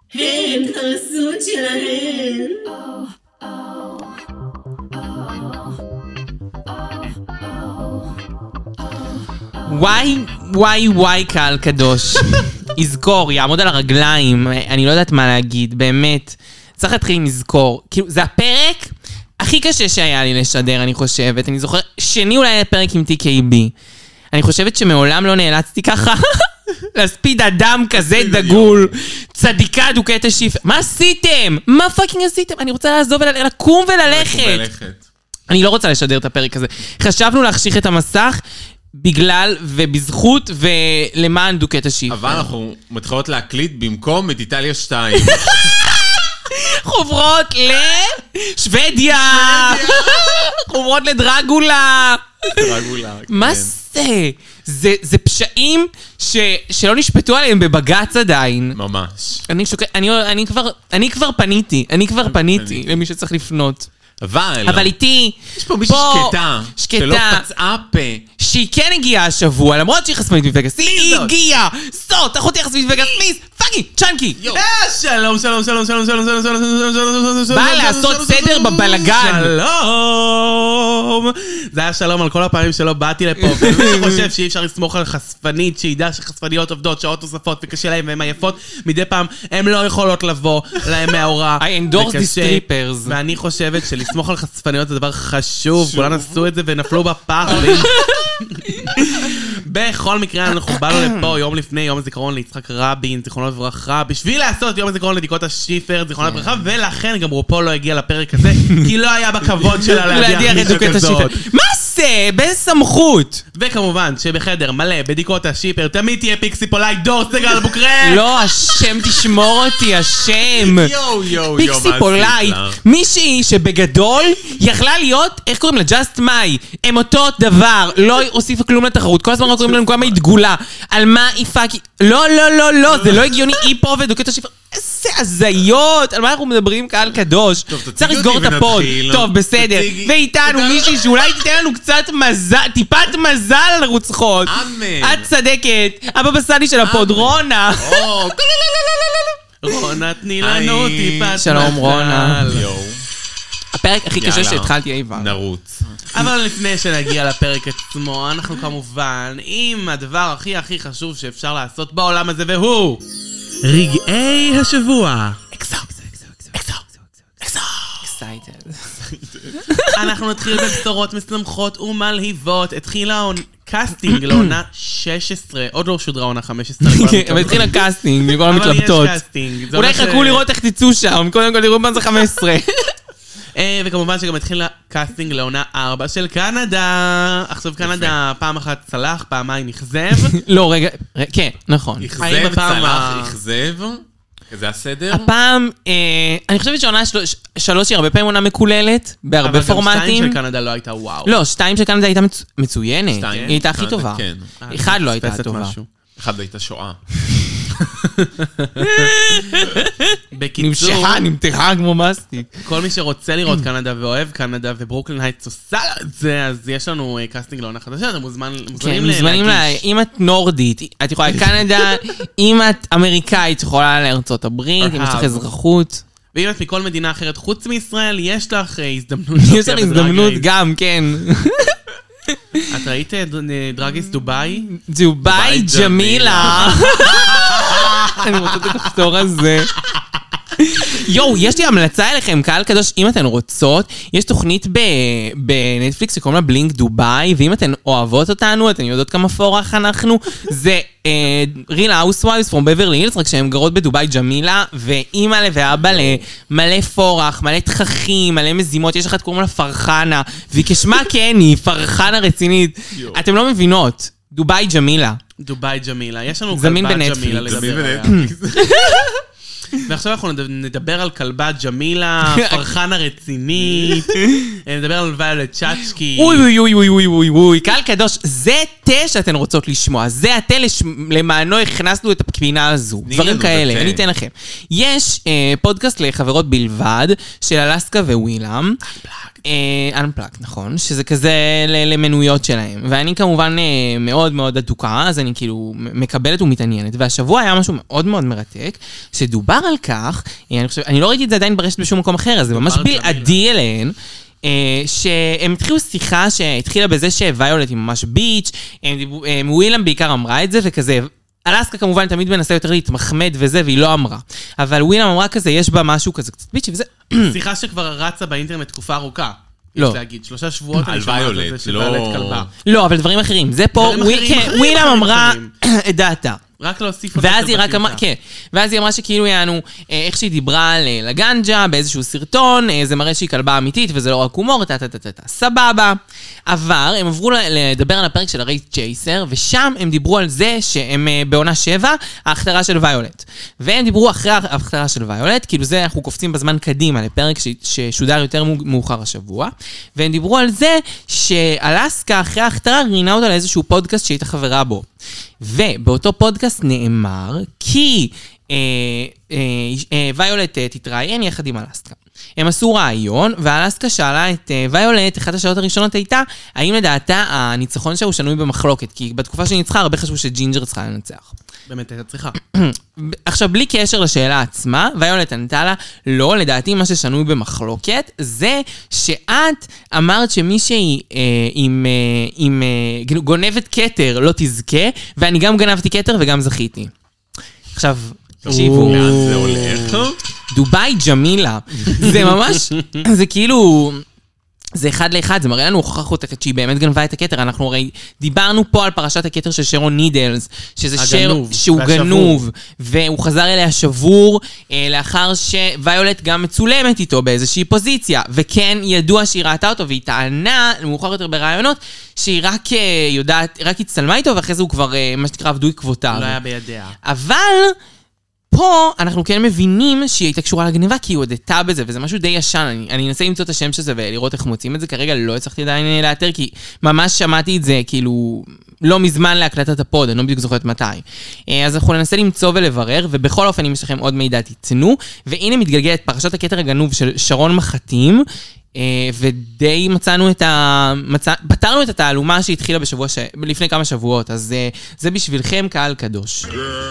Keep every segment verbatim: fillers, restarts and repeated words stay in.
הן חסות שלהן. וואי, וואי, וואי, קהל קדוש. יזכור, יעמוד על הרגליים, אני לא יודעת מה להגיד, באמת. צריך להתחיל עם יזכור. כאילו, זה הפרק הכי קשה שהיה לי לשדר, אני חושבת. אני זוכר, שני אולי היה פרק עם טי קיי בי. אני חושבת שמעולם לא נאלצתי ככה להספיד אדם כזה דגול. צדיקה דוקת השיפר. מה עשיתם? מה פאקינג עשיתם? אני רוצה לעזוב, לקום וללכת. אני לא רוצה לשדר את הפרק הזה. חשבנו להחשיך את המסך בגלל ובזכות ולמען דוקת השיפר. אבל אנחנו מתחילות להקליט במקום את איטליה שתיים. חוברות לשוודיה. חוברות לדרגולה. דרגולה. מה זה? זה, זה פשעים ש, שלא נשפטו עליהם בבגץ עדיין. ממש. אני שוק... אני, אני כבר, אני כבר פניתי, אני כבר פניתי למי שצריך לפנות. אבל... אבל איתי... יש פה מישהי שקטה. שקטה. שלא פצעה פה. שהיא כן הגיעה השבוע, למרות שהיא חסמית מפגס. היא הגיעה! סוט, אחותי חסמית מפגס, פליז! פאקי! צ'אנקי! שלום, שלום, שלום, שלום, שלום, שלום, שלום, שלום, בא לעשות סדר בבלגן. שלום! זה היה שלום על כל הפעמים שלא באתי לפה, ואני חושב שאי אפשר לסמוך על חשפנית, שידע שחשפניות עובדות שעות נוספות וקשה להם והן עייפות, מדי פעם הן לא יכולות לבוא להם מההוראה. I endorse the strippers. ואני חושבת שלסמוך על חשפניות זה דבר חשוב, כולן עשו את זה ונפלו בפח. בכל מקרה אנחנו באנו לפה יום לפני יום הזיכרון ליצחק רבין, זיכרונו לברכה, בשביל לעשות יום הזיכרון לדיקות השיפר, זיכרונו לברכה, ולכן גם רופו לא הגיע לפרק הזה, כי לא היה בכבוד שלה להדיח מישהו כזאת. מה זה? באיזה סמכות? וכמובן שבחדר מלא בדיקות השיפר תמיד תהיה פיקסי פולייט דור סגל בוקרן. לא, השם תשמור אותי, השם. יו, יו, פיקסי פולייט, מישהי שבגדול יכלה להיות, איך קוראים לה? Just My. הם אותו דבר, לא הוסיפה כלום לתחרות, כל הזמן קוראים לנו כמה היא דגולה. על מה היא פאקי... לא, לא, לא, לא, זה לא הגיוני, היא פה ודוקת השיפר. איזה הזיות, על מה אנחנו מדברים קהל קדוש? צריך לסגור את הפוד. טוב, בסדר. ואיתנו מישהי שאולי תיתן לנו קצת מזל, טיפת מזל על הרוצחות. אמן. את צדקת. הבבא סאלי של הפוד, רונה. רונה, תני לנו טיפת מזל. שלום רונה. הפרק הכי קשה שהתחלתי אי פעם. נרוץ. אבל לפני שנגיע לפרק עצמו, אנחנו כמובן עם הדבר הכי הכי חשוב שאפשר לעשות בעולם הזה, והוא רגעי השבוע. אקסו, אקסו, אקסו, אקסו, אקסייטד. אנחנו נתחיל בבשורות משמחות ומלהיבות. התחילה קאסטינג לעונה שש עשרה, עוד לא שודרה עונה חמש עשרה. אבל התחילה קאסטינג, מכל המתלבטות. אבל יש קאסטינג. אולי חכו לראות איך תצאו שם, קודם כל לראות מה זה חמש עשרה. וכמובן שגם התחילה קאסטינג לעונה ארבע של קנדה. עכשיו קנדה פעם אחת צלח, פעמיים נכזב. לא, רגע, כן, נכון. נכזב, צלח, נכזב. זה הסדר? הפעם, אני חושבת שעונה שלוש היא הרבה פעמים עונה מקוללת, בהרבה פורמטים. אבל גם שתיים של קנדה לא הייתה וואו. לא, שתיים של קנדה הייתה מצוינת. היא הייתה הכי טובה. אחד לא הייתה טובה. אחד הייתה שואה. נמשכה, נמתחה כמו מסטיק. כל מי שרוצה לראות קנדה ואוהב קנדה וברוקלין הייטס עושה את זה, אז יש לנו קאסטינג לעונה חדשה, אתם מוזמנים להגיש. אם את נורדית, את יכולה לקנדה, אם את אמריקאית, יכולה לארצות הברית, אם יש לך אזרחות. ואם את מכל מדינה אחרת חוץ מישראל, יש לך הזדמנות. יש לך הזדמנות גם, כן. את ראית דרגיס דוביי? דוביי ג'מילה. אני רוצה את הכפתור הזה. יואו, יש לי המלצה אליכם, קהל קדוש, אם אתן רוצות, יש תוכנית בנטפליקס שקוראים לה בלינק דוביי, ואם אתן אוהבות אותנו, אתן יודעות כמה פורח אנחנו, זה Real Housewives from Beverly Hills, רק שהן גרות בדוביי ג'מילה, ואימא ואבא למלא פורח, מלא תככים, מלא מזימות, יש אחת קוראים לה פרחנה, והיא כשמה כן, היא פרחנה רצינית. אתן לא מבינות, דוביי ג'מילה. דוביי ג'מילה, יש לנו זמין כלבה ג'מילה בנטפליקס. לדבר עליה. ועכשיו אנחנו נדבר על כלבה ג'מילה, פרחנה רצינית, נדבר על ויולט צ'אצ'קי. אוי אוי אוי אוי אוי אוי, קהל קדוש, זה תה שאתן רוצות לשמוע, זה התה למענו הכנסנו את הפקינה הזו, דברים כאלה, אני אתן לכם. יש פודקאסט לחברות בלבד של אלסקה ווילם, Unplugged, נכון, שזה כזה למנויות שלהם. ואני כמובן מאוד מאוד אדוקה, אז אני כאילו מקבלת ומתעניינת. והשבוע היה משהו מאוד מאוד מרתק, שדובר על כך, אני חושב, אני לא ראיתי את זה עדיין ברשת בשום מקום אחר, אז זה ממש בלעדי אליהן. שהם התחילו שיחה שהתחילה בזה שוויולט היא ממש ביץ', ווילם בעיקר אמרה את זה וכזה, אלסקה כמובן תמיד מנסה יותר להתמחמד וזה, והיא לא אמרה. אבל ווילם אמרה כזה, יש בה משהו כזה קצת ביץ' וזה... שיחה שכבר רצה באינטרנט תקופה ארוכה. לא. יש להגיד, שלושה שבועות על ויולט, לא... כלבה. לא, אבל דברים אחרים. זה פה, ווילם אמרה את דעתה. רק להוסיף ואז היא רק אמרה, כן, ואז היא אמרה שכאילו יענו, איך שהיא דיברה לגנג'ה באיזשהו סרטון, זה מראה שהיא כלבה אמיתית וזה לא רק הומור, טה-טה-טה-טה, סבבה. אבל הם עברו לדבר על הפרק של הרייט צ'ייסר, ושם הם דיברו על זה שהם בעונה שבע, ההכתרה של ויולט. והם דיברו אחרי ההכתרה של ויולט, כאילו זה אנחנו קופצים בזמן קדימה לפרק ששודר יותר מאוחר השבוע, והם דיברו על זה שאלסקה אחרי ההכתרה רינה אותה לאיזשהו פודקאסט שהייתה חברה בו. ובאותו פודקאסט נאמר כי אה, אה, אה, ויולט אה, תתראיין יחד עם אלסקה. הם עשו רעיון, ואלסקה שאלה את אה, ויולט, אחת השאלות הראשונות הייתה, האם לדעתה הניצחון שלה הוא שנוי במחלוקת? כי בתקופה שניצחה הרבה חשבו שג'ינג'ר צריכה לנצח. באמת הייתה צריכה. עכשיו, בלי קשר לשאלה עצמה, ויולט ענתה לה, לא, לדעתי מה ששנוי במחלוקת, זה שאת אמרת שמישהי אה, עם, אה, עם אה, גונבת קטר לא תזכה, ואני גם גנבתי קטר וגם זכיתי. עכשיו, תקשיבו. לאן זה הולך? דובאי ג'מילה. זה ממש, זה כאילו... זה אחד לאחד, זה מראה לנו הוכח אותה שהיא באמת גנבה את הכתר. אנחנו הרי דיברנו פה על פרשת הכתר של שרון נידלס, שזה שר שהוא גנוב, והוא חזר אליה שבור, לאחר שוויולט גם מצולמת איתו באיזושהי פוזיציה, וכן ידוע שהיא ראתה אותו, והיא טענה, מאוחר יותר ברעיונות, שהיא רק יודעת, רק הצטלמה איתו, ואחרי זה הוא כבר, מה שתקרא, עבדו עקבותיו. לא היה בידיה. אבל... פה אנחנו כן מבינים שהיא הייתה קשורה לגניבה, כי היא הודתה בזה, וזה משהו די ישן. אני, אני אנסה למצוא את השם של זה ולראות איך מוצאים את זה. כרגע לא הצלחתי עדיין לאתר, כי ממש שמעתי את זה, כאילו, לא מזמן להקלטת הפוד, אני לא בדיוק זוכרת מתי. אז אנחנו ננסה למצוא ולברר, ובכל אופן, אם יש לכם עוד מידע, תתנו. והנה מתגלגלת פרשת הכתר הגנוב של שרון מחתים, ודי מצאנו את ה... מצא... פתרנו את התעלומה שהתחילה בשבוע ש... לפני כמה שבועות, אז זה בשבילכם קהל קדוש.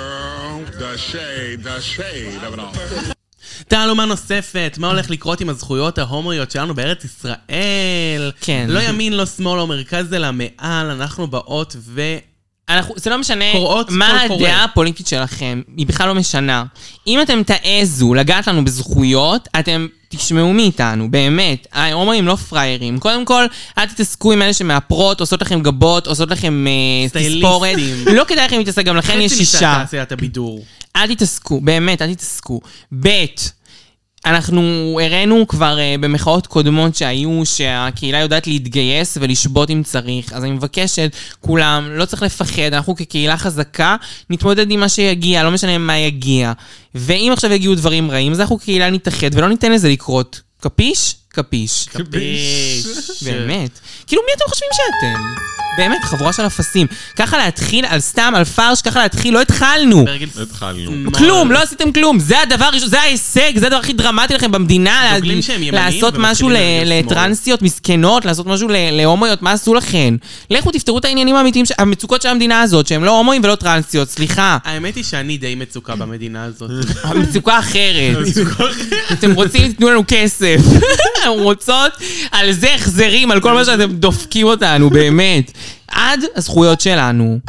תעלומה נוספת, מה הולך לקרות עם הזכויות ההומואיות שלנו בארץ ישראל? כן. לא ימין, לא שמאל, לא מרכז, אלא מעל, אנחנו באות ו... אנחנו, זה לא משנה קוראות, מה הדעה הפוליטית שלכם, היא בכלל לא משנה. אם אתם תעזו לגעת לנו בזכויות, אתם תשמעו מאיתנו, באמת. ההומואים לא פריירים. קודם כל, אל תתעסקו עם אלה שמאפרות, עושות לכם גבות, עושות לכם תספורת. לא כדאי לכם להתעסק, גם לכם יש שישה. חצי מתעשיית הבידור. אל תתעסקו, באמת, אל תתעסקו. בית. אנחנו הראינו כבר uh, במחאות קודמות שהיו שהקהילה יודעת להתגייס ולשבות אם צריך, אז אני מבקשת כולם, לא צריך לפחד, אנחנו כקהילה חזקה נתמודד עם מה שיגיע, לא משנה מה יגיע, ואם עכשיו יגיעו דברים רעים, אז אנחנו כקהילה נתאחד ולא ניתן לזה לקרות. קפיש? קפיש. קפיש. באמת. כאילו מי אתם חושבים שאתם? באמת, חבורה של אפסים. ככה להתחיל על סתם, על פרש, ככה להתחיל, לא התחלנו. לא התחלנו. כלום, לא עשיתם כלום. זה הדבר הראשון, זה ההישג, זה הדבר הכי דרמטי לכם במדינה. לעשות משהו לטרנסיות מסכנות, לעשות משהו להומואיות, מה עשו לכם? לכו תפתרו את העניינים האמיתיים, המצוקות של המדינה הזאת, שהם לא הומואים ולא טרנסיות, סליחה. האמת היא שאני די מצוקה במדינה הזאת. המצוקה אחרת. אתם רוצים, תתנו לנו כסף. רוצות על זה החזרים, על כל מה שאתם דופקים אותנו, באמת. עד הזכויות שלנו.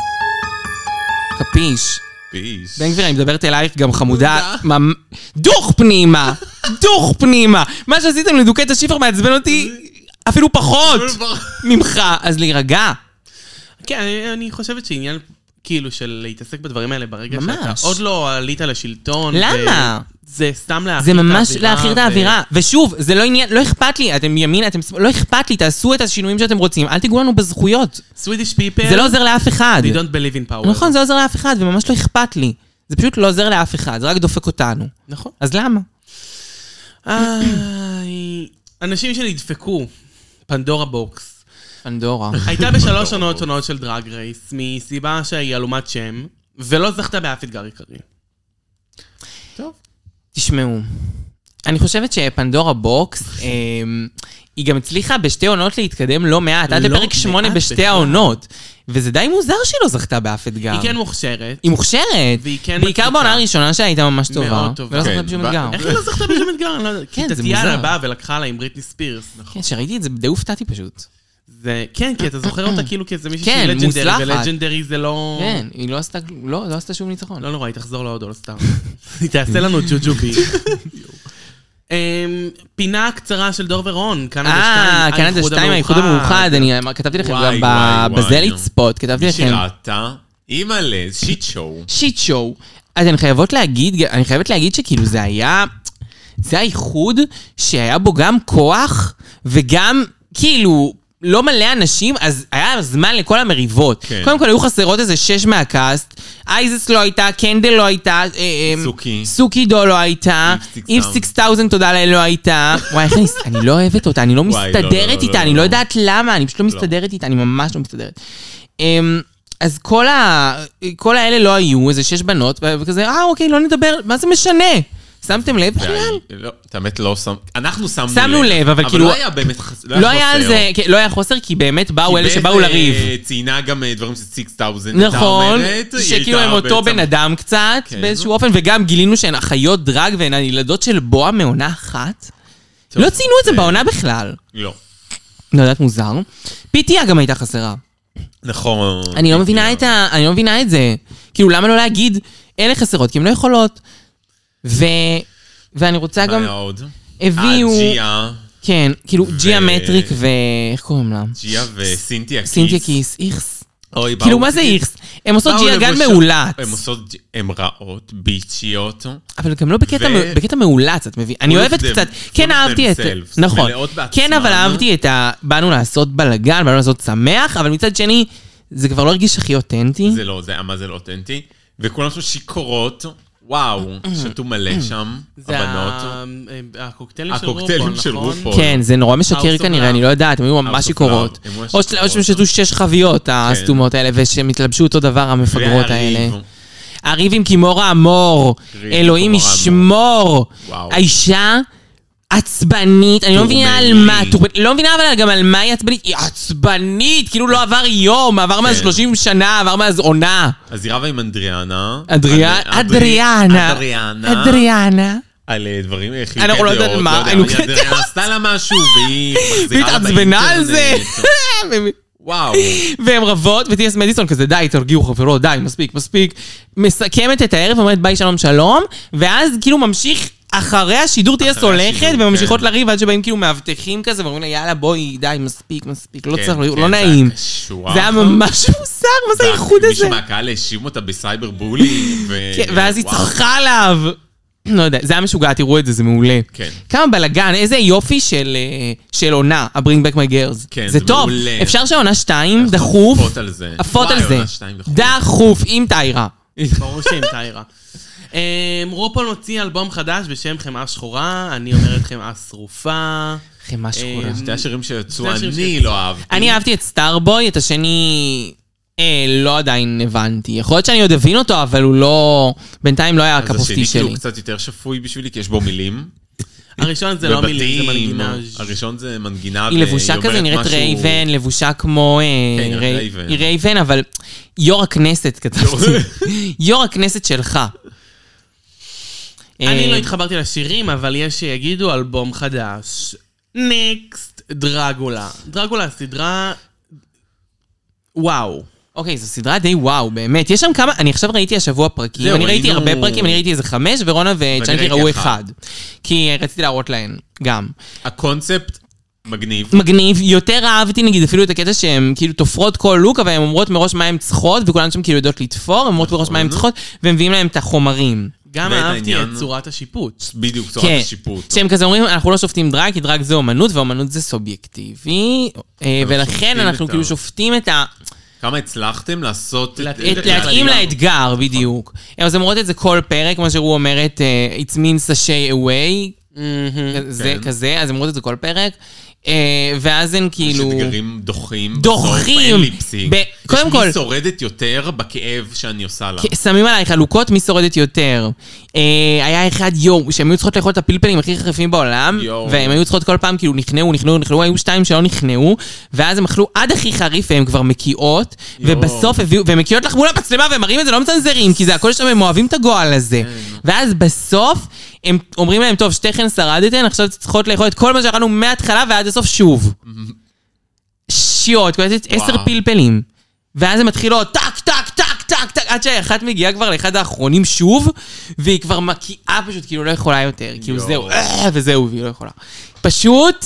קפיש. פיש. בן גביר, אני מדברת אלייך גם חמודה. דוח פנימה. דוח פנימה. מה שעשיתם לדוקט השיפר מעצבן אותי אפילו פחות ממך. אז להירגע. כן, אני חושבת שעניין כאילו של להתעסק בדברים האלה ברגע שאתה עוד לא עלית לשלטון. למה? זה סתם להאחיר את זה האווירה. ממש להאחיר את האווירה. ושוב, זה לא עניין, לא אכפת לי, אתם ימין, אתם לא אכפת לי, תעשו את השינויים שאתם רוצים, אל תיגעו לנו בזכויות. Swedish people, זה לא עוזר לאף אחד. they don't believe in power. נכון, זה לא עוזר לאף אחד, וממש לא אכפת לי. זה פשוט לא עוזר לאף אחד, זה רק דופק אותנו. נכון. אז למה? אנשים שנדפקו, פנדורה בוקס. פנדורה. הייתה בשלוש עונות עונות של דרג רייס, מסיבה שהיא אלומת שם, ולא זכתה באף אתגר עיקרי. טוב. תשמעו, אני חושבת שפנדורה בוקס, היא גם הצליחה בשתי עונות להתקדם לא מעט, עד לא לפרק שמונה מעט בשתי בכלל. העונות. וזה די מוזר שהיא לא זכתה באף אתגר. היא כן מוכשרת. היא מוכשרת. והיא כן בעיקר מצחיקה. בעונה הראשונה שלה הייתה ממש טובה. מאוד טובה. ולא כן, זכתה בשום ב- אתגר. איך היא לא זכתה בשום אתגר? אני לא יודע. כן, כי זה טטיאנה מוזר. באה ולקחה לה עם בריטני ספירס. כן, שראיתי את זה, די הופתעתי פשוט. זה, כן, כי אתה זוכר אותה כאילו כאיזה מישהי כן, שהיא לג'נדרי, מוצלחת. ולג'נדרי זה לא... כן, היא לא עשתה, לא, לא עשתה שום ניצחון. לא נורא, היא תחזור לעוד אולסטאר. היא תעשה לנו ג'וג'ובי. אמ, פינה קצרה של דור ורון, קנדה אה, שתיים, קנדה שתיים, האיחוד המאוחד, אני כתבתי לכם וואי, גם וואי, וואי. בזה לצפות, כתבתי לכם שיראתה, אימא'לה, שיט שואו. שיט שואו. אז אני חייבות להגיד, אני חייבת להגיד שכאילו זה היה, זה האיחוד שהיה בו גם כוח, וגם כאילו לא מלא אנשים, אז היה זמן לכל המריבות. כן. קודם כל היו חסרות איזה שש מהקאסט, אייזס לא הייתה, קנדל לא הייתה, אה, אה, סוקי. סוקי דו לא הייתה, איף סיקס תאוזנד תודה לאל לא הייתה. וואי, איך אני, אני לא אוהבת אותה, אני לא וואי, לא, מסתדרת לא, איתה, לא, אני לא. לא יודעת למה, אני פשוט לא מסתדרת איתה, אני ממש לא מסתדרת. אמ, אז כל ה... כל האלה לא היו, איזה שש בנות, וכזה, אה, אוקיי, לא נדבר, מה זה משנה? שמתם לב בכלל? לא, את האמת לא שם... אנחנו שמנו לב. שמנו לב, אבל כאילו- אבל לא היה באמת חסר. לא היה על זה, כן, לא היה חוסר, כי באמת באו אלה שבאו לריב. ציינה גם אה, דברים של שיקס תאוזנד. נכון, שכאילו הם אותו בן אדם קצת, כן. באיזשהו אופן, וגם גילינו שהן אחיות דרג והן הילדות של בואה מעונה אחת. טוב, לא ציינו את זה זה- בעונה בכלל. לא. לא יודעת, מוזר. פיטיה גם הייתה חסרה. נכון. אני לא מבינה את ה... אני לא מבינה את זה. כאילו, למה לא להגיד, אלה חסרות, כי הן לא יכולות. ו... ואני רוצה מה גם... היה עוד? הביאו... אה, ג'יה. כן, כאילו, ג'יה מטריק ו... איך קוראים לה? ג'יה וסינתיה קיס. סינתיה קיס, איכס. אוי, באו- כאילו, מה זה איכס? הן עושות באו ג'יה גן לבושות- מאולץ. הן עושות... הן רעות, ביצ'יות. אבל גם לא בקטע ו- מ- בקטע מאולץ, את מבין? אני Full of אוהבת them- קצת... full כן, of אהבתי את... themselves. נכון. מלאות בעצמן. כן, אבל אהבתי את ה... באנו לעשות בלגן, באנו לעשות שמח, אבל מצד שני, זה כבר לא הרגיש הכי אותנטי. זה לא, זה, מה זה לא אותנטי? וכולם שם שיכורות, וואו, שתו מלא שם, זה הבנות. ה- הקוקטיילים של רופול, הקוקטיילים של נכון? רופול. כן, זה נורא משקר House of כנראה, Love. אני לא יודעת, הם היו House ממש of שיכורות. Love, הם ממש או ש- או שיכורות. שהם שתו שש חביות, הסתומות האלה, ושהם התלבשו אותו דבר, המפגרות האלה. והריב. הריב עם קימורה אמור, ריב אלוהים עם קימורה ישמור. וואו. האישה עצבנית, אני לא מבינה על טורמנית. מה, טורמנית, לא מבינה אבל גם על מה היא עצבנית, היא עצבנית, כאילו לא עבר יום, עבר מאז כן. שלושים שנה, עבר מאז עונה. אז היא רבה עם אנדריאנה. אדריאנה, אד- אדריאנה, אדריאנה. אדריאנה. על אה, דברים חילוקי אנחנו לא יודעים דעות, מה, לא יודע, היינו אבל אדריאנה עשתה לה משהו, והיא והיא מחזירה לה התעצבנה על זה. באינטרנט. וואו. והם רבות, וטי.אס מדיסון כזה, די, תרגיעו חברות, די, מספיק, מספיק. מסכמת את הערב, אומרת ביי שלום שלום, ואז כאילו ממשיך אחרי השידור טי.אס אחרי הולכת, השידור, וממשיכות כן. לריב עד שבאים כאילו מאבטחים כזה, ואומרים לה, יאללה, בואי, די, מספיק, מספיק, לא כן, צריך, כן, לא זה נעים. היה קשוח. זה היה ממש מוזר, מה זה האיחוד הזה? מישהו מהקהל האשים אותה בסייבר בולי. ו- כן, ואז היא וואו. צרחה עליו. לא יודע, זה היה משוגע, תראו את זה, זה מעולה. כן. כמה בלגן, איזה יופי של, אה, של עונה, ה-Bring Back My Girls. כן, זה זה טוב, מעולה. אפשר שהעונה שתיים, אנחנו דחוף, עפות על זה. עפות וואי, על זה. עונה שתיים דחוף. דחוף, עם טיירה. ברור שעם טיירה. אמ, רופול הוציא אלבום חדש בשם חמאה שחורה, אני אומרת חמאה שרופה. חמאה שחורה. אה, שתי השירים שיצאו, שתי השירים אני שיצאו. לא אהבתי. אני אהבתי את סטארבוי, את השני... אה, לא עדיין הבנתי. יכול להיות שאני עוד אבין אותו, אבל הוא לא... בינתיים לא היה אז הקפופטי השני שלי. כאילו קצת יותר שפוי בשבילי, כי יש בו מילים. הראשון זה לא מילים, זה בבתים, מנגינה. הראשון זה מנגינה, היא לבושה והיא כזה, אומרת נראית משהו- רייבן, לבושה כמו... אה, כן, רי- רייבן. היא רייבן, אבל יו"ר הכנסת כתבתי. יו"ר הכנסת שלך. אני אה, לא התחברתי לשירים, אבל יש שיגידו אלבום חדש. נקסט, דרגולה. דרגולה, סדרה... וואו. אוקיי, זו סדרה די וואו, באמת. יש שם כמה... אני עכשיו ראיתי השבוע פרקים. זהו, אני ראיתי ראינו- הרבה פרקים, אני ראיתי איזה חמש, ורונה וצ'אנקי ראיתי ראו אחד. אחד. כי רציתי להראות להן, גם. הקונספט מגניב. מגניב, יותר אהבתי נגיד אפילו את הקטע שהן כאילו תופרות כל לוק, אבל הן אומרות מראש מה הן צריכות, וכולן שם כאילו יודעות לתפור, הן אומרות מראש מה הן צריכות, והם מביאים להם את החומרים. גם ואת אהבתי העניין- את צורת השיפוט. בדיוק, צורת כן, השיפוט. שהם כזה אומרים, אנחנו לא שופטים דרג, כי דרג זה אומנות, ואומנות זה סובייקטיבי, אה, ולכן שופטים אנחנו את כאילו ה- שופטים את ה... כמה הצלחתם לעשות... לת- את- את- להתאים לאתגר, בדיוק. אז הן אומרות את זה כל פרק, כמו שהוא אומרת, אה, it's means sashay away, זה כן. כזה, אז הן אומרות את זה כל פרק, אה, ואז הן יש כאילו... אתגרים דוחים. בסוף דוחים! אין ליפסינג. ב- קודם כל... מי שורדת יותר בכאב שאני עושה לה. שמים עליי חלוקות, מי שורדת יותר. היה אחד יום, שהם היו צריכות לאכול את הפלפלים הכי חריפים בעולם, והם היו צריכות כל פעם כאילו נכנעו, נכנעו, נכנעו, היו שתיים שלא נכנעו, ואז הם אכלו עד הכי חריף, והם כבר מקיאות, ובסוף הביאו, והם מקיאות לך מול המצלמה, והם מראים את זה, לא מצנזרים, כי זה הכל שם, הם אוהבים את הגועל הזה. ואז בסוף, הם אומרים להם, טוב, שתיכן שרדתן, עכשיו צריכות לאכול את כל מה שאכלנו מההתחלה ועד הסוף שוב. שיעות, קולטת עשר פלפלים. ואז הם מתחילות, טק, טק, טק, טק, טק, עד שהאחת מגיעה כבר לאחד האחרונים שוב, והיא כבר מקיאה פשוט, כאילו לא יכולה יותר, כאילו זהו, וזהו, והיא לא יכולה. פשוט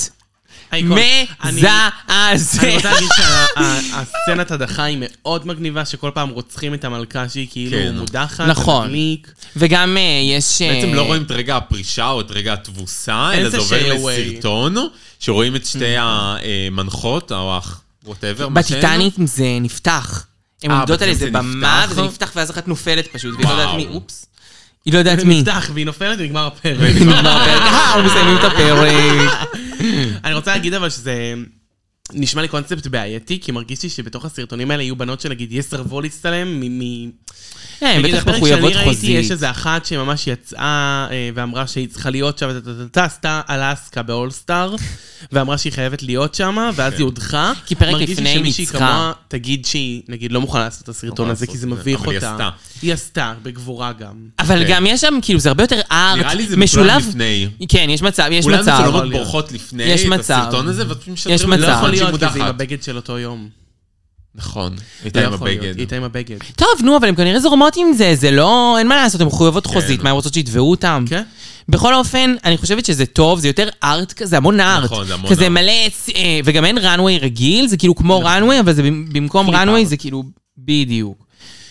מזעזע. אני רוצה להגיד שהסצנת הדחה היא מאוד מגניבה, שכל פעם רוצחים את המלכה שהיא כאילו מודחת. נכון. וגם יש... בעצם לא רואים את רגע הפרישה או את רגע התבוסה, אלא זה עובר לסרטון, שרואים את שתי המנחות, או whatever, בטיטניק זה נפתח. הן עומדות על איזה במה, וזה נפתח, ואז אחת נופלת פשוט, והיא לא יודעת מי, אופס. היא לא יודעת מי. זה נפתח, והיא נופלת ונגמר הפרק. ונגמר הפרק. אה, מסיימים את הפרק. אני רוצה להגיד אבל שזה נשמע לי קונספט בעייתי, כי מרגיש לי שבתוך הסרטונים האלה יהיו בנות שנגיד יסרבו להצטלם מ... כן, בטח מחויבות חוזית. יש איזו אחת שממש יצאה ואמרה שהיא צריכה להיות שם, עשתה אלסקה באולסטאר, ואמרה שהיא חייבת להיות שם, ואז היא הודחה. כי פרק לפני מרגיש לי שמישהי ניצחה. כמוה תגיד שהיא, נגיד, לא מוכנה לעשות את הסרטון הזה, כי זה מביך אותה. היא עשתה, בגבורה גם. אבל גם יש שם, כאילו, זה הרבה יותר ארט, נראה לי זה מכולם לפני. כן, יש מצב, יש מצב. כולנו צלומות בורחות לפני את הסרטון הזה, ואת יש מצב. לא יכול להיות, כי זה עם הבגד של אותו יום. נכון, הייתה עם הבגד. הייתה עם הבגד. טוב, נו, אבל הם כנראה זורמות עם זה, זה לא, אין מה לעשות, הן מחויבות חוזית, מה הן רוצות שיתבעו אותם? כן. בכל אופן, אני חושבת שזה טוב, זה יותר ארט כזה, המון ארט. נכון, זה המון כזה ארט. מלא, וגם אין רנווי רגיל, זה כאילו כמו רנווי, אבל זה במקום רנווי, זה כאילו בדיוק.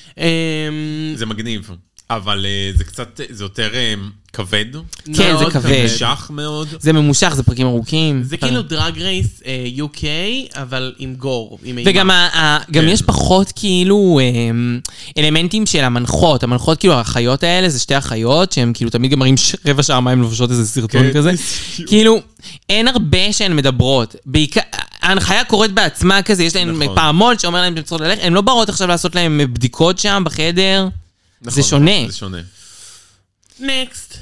זה מגניב, אבל זה קצת, זה יותר כבד. כן, זה כבד. ממושך מאוד. זה ממושך, זה פרקים ארוכים. זה כאילו דרג רייס יו קיי, אבל עם גור. וגם גם יש פחות כאילו אלמנטים של המנחות. המנחות כאילו החיות האלה, זה שתי החיות, שהן כאילו תמיד גם מראים רבע שעה מה הן לובשות איזה סרטון כזה. כאילו, אין הרבה שהן מדברות. ההנחיה קורית בעצמה כזה, יש להן פעמון שאומר להן שהן צריכות ללכת, הן לא באות עכשיו לעשות להן בדיקות שם בחדר. זה שונה. זה שונה. נקסט.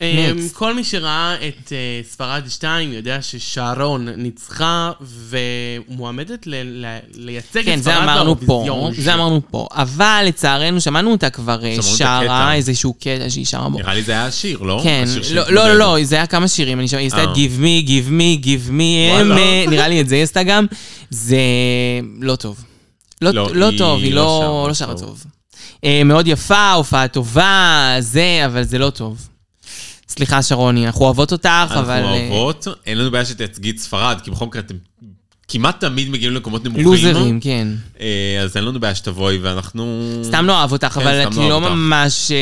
כל מי שראה את ספרד שתיים יודע ששרון ניצחה ומועמדת לייצג את ספרד באירוויזיון. זה אמרנו פה. אבל לצערנו שמענו אותה כבר שרה, איזשהו קטע שהיא שרה בו. נראה לי זה היה השיר, לא? כן. לא, לא, לא, זה היה כמה שירים. היא עשתה את Give me, Give me, Give me, נראה לי את זה היא עשתה גם. זה לא טוב. לא טוב, היא לא שרה טוב. מאוד יפה, הופעה טובה, זה, אבל זה לא טוב. סליחה שרוני, אנחנו אוהבות אותך, אבל... אנחנו אוהבות, אין לנו בעיה שתייצגי את ספרד, כי בכל מקרה אתם כמעט תמיד מגיעים למקומות נמוכים. לוזרים, כן. אז אין לנו בעיה שתבואי, ואנחנו... סתם לא אוהב אותך, אבל את לא ממש...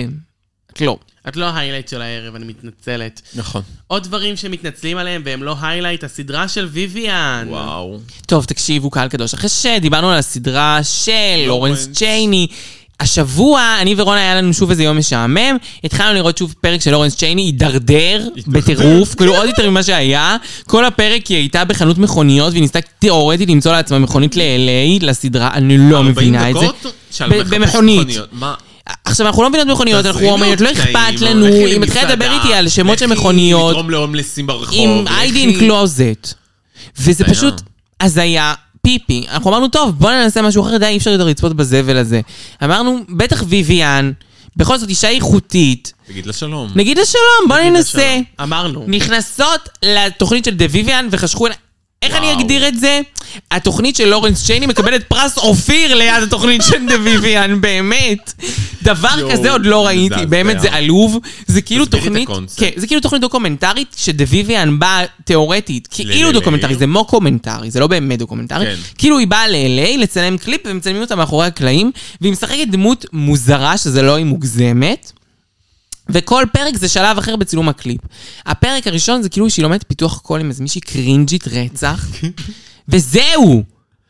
את לא. את לא ההיילייט של הערב, אני מתנצלת. נכון. עוד דברים שמתנצלים עליהם, והם לא היילייט, הסדרה של ויויאן. וואו. טוב, תקשיבו, קהל קדוש. אחרי שדיברנו על הסדרה של לורנס צ'ייני, השבוע, אני ורונה היה לנו שוב איזה יום משעמם, התחלנו לראות שוב פרק של לורנס צ'ייני, הידרדר בטירוף, כאילו עוד יותר ממה שהיה. כל הפרק היא הייתה בחנות מכוניות, והיא ניסתה תיאורטית למצוא לעצמה מכונית ל-אל איי, לסדרה, אני לא מבינה את זה. במכונית. עכשיו, אנחנו לא מבינות מכוניות, אנחנו אומרת, לא אכפת לנו, היא מתחילה לדבר איתי על שמות של מכוניות, לתרום להומלסים ברחוב, עם איידין קלוזט. וזה פשוט הזיה. פיפי, אנחנו אמרנו, טוב, בוא ננסה משהו אחר, די, אי אפשר יותר לצפות בזבל הזה. אמרנו, בטח ויויאן, בכל זאת אישה איכותית. נגיד לה שלום. נגיד לה שלום, בוא ננסה. אמרנו. נכנסות לתוכנית של דה ויויאן וחשכו, איך אני אגדיר את זה? התוכנית של לורנס צ'ייני מקבלת פרס אופיר ליד התוכנית של דה ויויאן, באמת. דבר כזה עוד לא ראיתי, באמת זה עלוב. זה כאילו תוכנית, כן, זה כאילו תוכנית דוקומנטרית שדה ויויאן באה תיאורטית, כאילו דוקומנטרי, זה מוקומנטרי, זה לא באמת דוקומנטרי. כאילו היא באה ל-אל איי לצלם קליפ ומצלמים אותה מאחורי הקלעים, והיא משחקת דמות מוזרה שזה לא היא מוגזמת. וכל פרק זה שלב אחר בצילום הקליפ. הפרק הראשון זה כאילו שהיא לומדת פיתוח קול עם איזה מישהי קרינג'ית רצח, וזהו!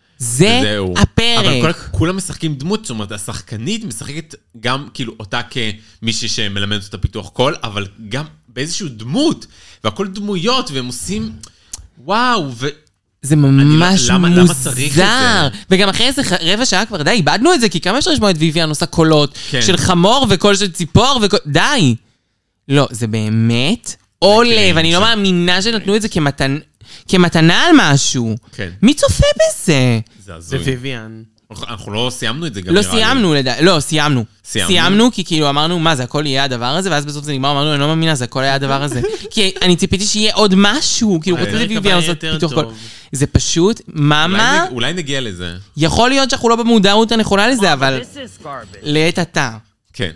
זה הפרק. אבל כולם משחקים דמות, זאת אומרת, השחקנית משחקת גם כאילו אותה כמישהי שמלמדת אותה פיתוח קול, אבל גם באיזשהו דמות, והכל דמויות, והם עושים, וואו, זה ממש למה- למה צריך את מוזר. זה? וגם אחרי איזה ח- רבע שעה כבר, די, איבדנו את זה, כי כמה אפשר לשמוע את ויויאן עושה קולות כן. של חמור וקול של ציפור וקול... די. לא, זה באמת עולה, קרינג'. ואני לא מאמינה שנתנו את זה כמתנ... כמתנה על משהו. כן. מי צופה בזה? זה זה הזוי. ויויאן. אנחנו לא סיימנו את זה גם לא נראה לי. סיימנו, לדע... לא, סיימנו. סיימנו? סיימנו, כי כאילו אמרנו, מה, זה הכל יהיה הדבר הזה, ואז בסוף זה נגמר, אמרנו, אני לא מאמינה, זה הכל היה הדבר הזה. כי אני ציפיתי שיהיה עוד משהו, כאילו, הפרק רציתי הבא ויויאן יהיה לעשות יותר פיתוח טוב. קול. זה פשוט, אולי מאמה, נג- אולי נגיע לזה. יכול להיות שאנחנו לא במודעות הנכונה לזה, אבל לעת עתה. כן.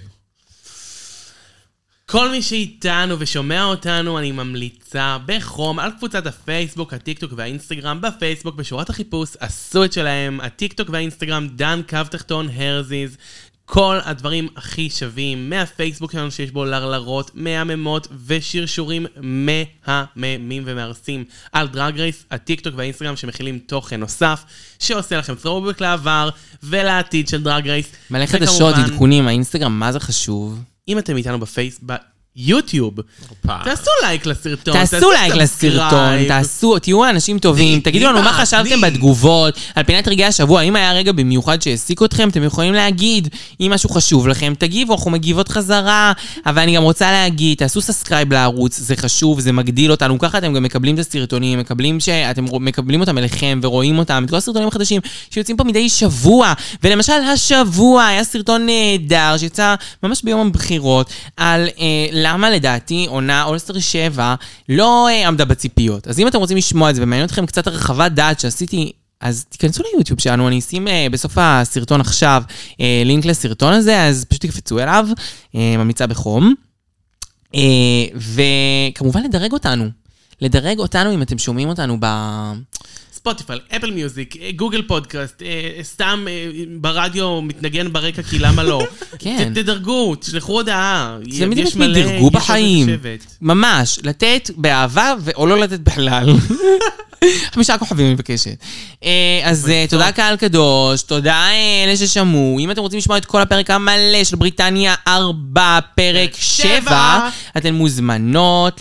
כל מי שאיתנו ושומע אותנו, אני ממליצה בחום על קבוצת הפייסבוק, הטיקטוק והאינסטגרם. בפייסבוק, בשורת החיפוש, עשו את שלהם. הטיקטוק והאינסטגרם, דן קו תחתון הרזיז. כל הדברים הכי שווים מהפייסבוק שלנו שיש בו לרלרות, מהממות ושרשורים מהממים ומהרסים על דרג רייס, הטיקטוק והאינסטגרם שמכילים תוכן נוסף, שעושה לכם throwback לעבר ולעתיד של דרג רייס. מלא חדשות, עדכונים, האינסטגרם, מה זה חשוב? אם אתם איתנו בפייס, ביוטיוב, תעשו לייק לסרטון, תעשו לייק לסרטון, תעשו, תהיו אנשים טובים, תגידו לנו מה חשבתם בתגובות, על פינת רגעי השבוע, אם היה רגע במיוחד שהעסיק אתכם, אתם יכולים להגיד, אם משהו חשוב לכם, תגיבו, אנחנו מגיבות חזרה, אבל אני גם רוצה להגיד, תעשו סאסקרייב לערוץ, זה חשוב, זה מגדיל אותנו, ככה אתם גם מקבלים את הסרטונים, מקבלים שאתם מקבלים אותם אליכם ורואים אותם, את כל הסרטונים החדשים שיוצאים פה מדי שבוע, ולמשל השבוע היה סרטון נהדר שיצא ממש ביום הבחירות על למה לדעתי עונה אולסטר שבע לא אה, עמדה בציפיות. אז אם אתם רוצים לשמוע את זה ומעניין אתכם קצת הרחבת דעת שעשיתי, אז תיכנסו ליוטיוב שלנו, אני אשים אה, בסוף הסרטון עכשיו אה, לינק לסרטון הזה, אז פשוט תקפצו אליו, אה, ממליצה בחום. אה, וכמובן לדרג אותנו. לדרג אותנו אם אתם שומעים אותנו ב... ספוטיפיי, אפל מיוזיק, גוגל פודקאסט, סתם ברדיו מתנגן ברקע כי למה לא. כן. תדרגו, תשלחו הודעה. זה מדי מדי דרגו בחיים. ממש, לתת באהבה או לא לתת בכלל. חמישה כוכבים אני מבקשת. אז תודה קהל קדוש, תודה אלה ששמעו. אם אתם רוצים לשמוע את כל הפרק המלא של בריטניה ארבע, פרק שבע, אתן מוזמנות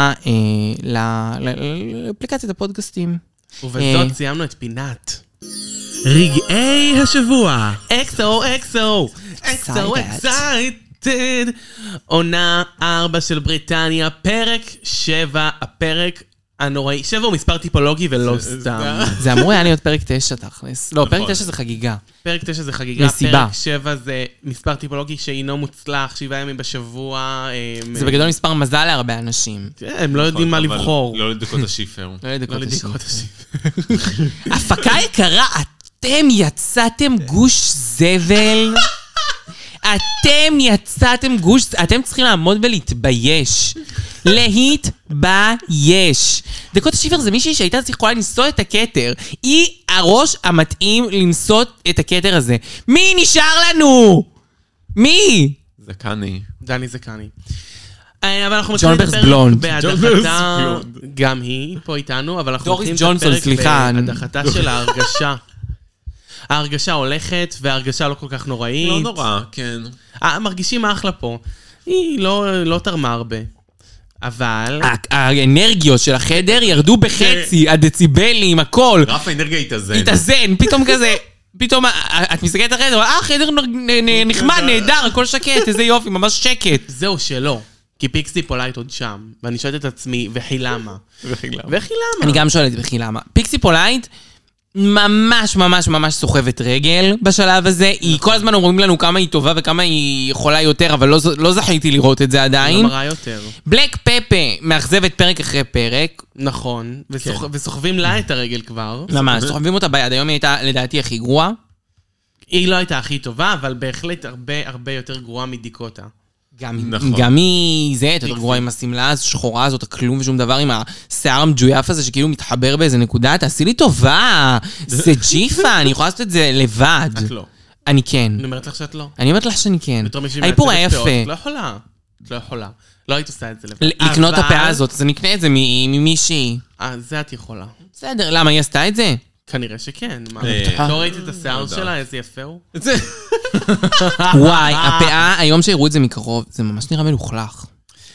לאפליקציית הפודקאסטים. ובזאת סיימנו את פינת רגעי השבוע. אקסו, אקסו, אקסו, אקסייטד. עונה ארבע של בריטניה, פרק שבע, הפרק הנוראי. שבע הוא מספר טיפולוגי ולא סתם. זה אמור היה להיות פרק תשע תכלס. לא, פרק תשע זה חגיגה. פרק תשע זה חגיגה, פרק שבע זה מספר טיפולוגי שאינו מוצלח, שבעה ימים בשבוע. זה בגדול מספר מזל להרבה אנשים. הם לא יודעים מה לבחור. לא לדקות השיפר. לא לדקות השיפר. הפקה יקרה, אתם יצאתם גוש זבל. אתם יצאתם גוש, אתם צריכים לעמוד ולהתבייש. להתבייש. דקות השיפר זה מישהי שהייתה יכולה לנסות את הכתר. היא הראש המתאים לנסות את הכתר הזה. מי נשאר לנו? מי? זקני. דני זקני. אבל אנחנו מתחילים את הפרק בהדחתה, גם היא פה איתנו, אבל אנחנו מתחילים את הפרק בהדחתה של ההרגשה. ההרגשה הולכת, וההרגשה לא כל כך נוראית. לא נורא, כן. מרגישים אחלה פה. היא לא תרמה הרבה. אבל... האנרגיות של החדר ירדו בחצי, הדציבלים, הכל. רף האנרגיה התאזן. התאזן, פתאום כזה... פתאום את מסתכלת החדר, אה, חדר נחמד, נהדר, הכל שקט, איזה יופי, ממש שקט. זהו, שלא. כי פיקסי פולייט עוד שם, ואני שואלת את עצמי, וכי למה? וכי למה? וכי למה? אני גם שואלת וכי למה. פיקסי פולייט... ממש ממש ממש סוחבת רגל בשלב הזה. היא כל הזמן אומרים לנו כמה היא טובה וכמה היא יכולה יותר, אבל לא, לא זכיתי לראות את זה עדיין. היא לא מראה יותר. בלק פפה מאכזבת פרק אחרי פרק. נכון, וסוח, כן. וסוחבים לה את הרגל כבר. ממש, סוחבים אותה ביד. היום היא הייתה לדעתי הכי גרועה. היא לא הייתה הכי טובה, אבל בהחלט הרבה הרבה יותר גרועה מדיקוטה. גם, נכון. גם היא, זה, יותר גרועה עם הסמלה השחורה הזאת, הכלום ושום דבר, עם השיער המג'ויף הזה שכאילו מתחבר באיזה נקודה, תעשי לי טובה, זה ג'יפה, אני יכולה לעשות את זה לבד. את לא. אני כן. אני אומרת לך שאת לא. אני אומרת לך שאני כן. האיפור היה יפה. את לא יכולה. את לא יכולה. לא היית עושה את זה לבד. לקנות את הפאה הזאת, אז אני אקנה את זה ממישהי. אה, זה את יכולה. בסדר, למה, היא עשתה את זה? כנראה שכן. לא ראיתי את השיער שלה, איזה יפה הוא. וואי, הפאה, היום שהראו את זה מקרוב, זה ממש נראה מלוכלך.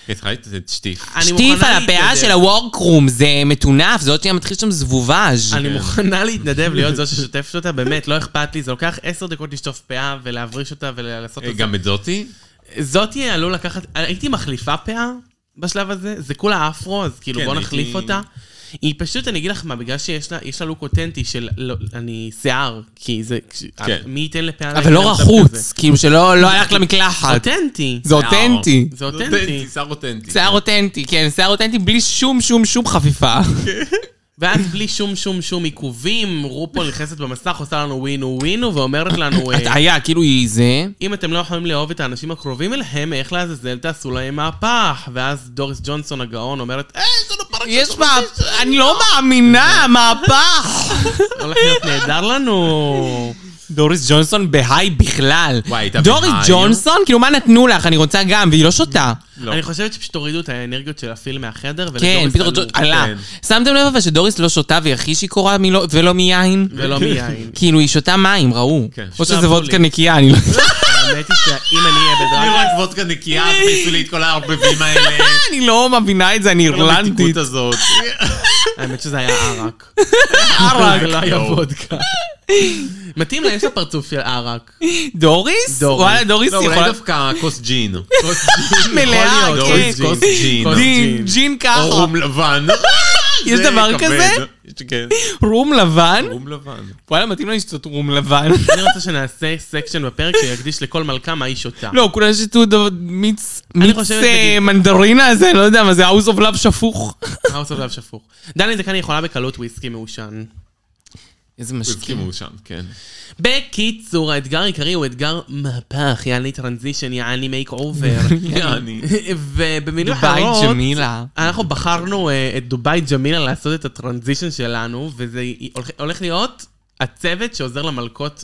כן, צריכה לתת שטיף. שטיף על הפאה של הוורקרום, זה מטונף, זה עוד שנייה מתחיל שם זבובאז'. אני מוכנה להתנדב להיות זו ששוטפת אותה, באמת, לא אכפת לי, זה לוקח עשר דקות לשטוף פאה ולהבריש אותה ולעשות את זה. גם את זאתי? זאתי עלול לקחת, הייתי מחליפה פאה בשלב הזה, זה כולה אפרו, אז כאילו בוא נחליף אותה. היא פשוט, אני אגיד לך מה, בגלל שיש לה, יש לה לוק אותנטי של, אני שיער, כי זה, מי ייתן לפאה... אבל לא רחוץ, כאילו שלא הלך למקלחת. אותנטי. זה אותנטי. זה אותנטי. שיער אותנטי. שיער אותנטי, כן, שיער אותנטי בלי שום שום שום חפיפה. ואז בלי שום שום שום עיכובים, רופול נכנסת במסך, עושה לנו ווינו ווינו, ואומרת לנו... היה, כאילו היא זה... אם אתם לא יכולים לאהוב את האנשים הקרובים אליהם, איך לעזאזל תעשו להם מהפך? ואז דוריס ג'ונסון הגאון אומרת, אה, יש לנו פרק יש מהפך, אני לא מאמינה, מהפך. הולך להיות נהדר לנו. דוריס ג'ונסון בהיי בכלל. וואי, הייתה דוריס בהיי. ג'ונסון, כאילו מה נתנו לך? אני רוצה גם, והיא לא שותה. אני חושבת שפשוט הורידו את האנרגיות של הפיל מהחדר, כן, פתאום עלה. שמתם לב אבל שדוריס לא שותה והיא הכי שיכורה ולא מיין? ולא מיין. כאילו היא שותה מים, ראו. או שזה וודקה נקייה, אני לא... האמת היא שאם אני אהיה בדרגה... אני רואה את וודקה נקייה, תכניסו לי את כל הערבבים האלה. אני לא מבינה את זה, אני כל המתיקות אירלנדית. הזאת. האמת שזה היה ערק. ערק. זה לא היה וודקה. מתאים לה, יש לה פרצוף של ערק. דוריס? דוריס. וואלה, דוריס לא, אולי יכולה... דווקא כוס ג'ין. מלאה, יכול להיות, כן. דוריס כוס ג'ין. ג'ין, ג'ין ככה. או רום לבן. יש זה דבר כבד. כזה? יש, כן. רום לבן? רום לבן. וואלה, מתאים לה לשתות רום לבן. אני רוצה שנעשה סקשן בפרק שיקדיש לכל מלכה מה היא שותה. לא, כולם שתו מיץ אני חושבת, נגיד- מנדרינה הזה, לא יודע מה זה, האוס אוף לאב שפוך. האוס אוף לאב שפוך. דני זקני יכולה בקלות וויסקי מעושן. איזה וויסקי משקיע. מעושן, כן. בקיצור, האתגר העיקרי הוא אתגר מהפך, יעני טרנזישן, יעני מייק אובר. יעני. ובמילים דובאי אחרות, ג'מילה. אנחנו בחרנו אה, את דובאי ג'מילה לעשות את הטרנזישן שלנו, וזה הולך- הולך להיות הצוות שעוזר למלכות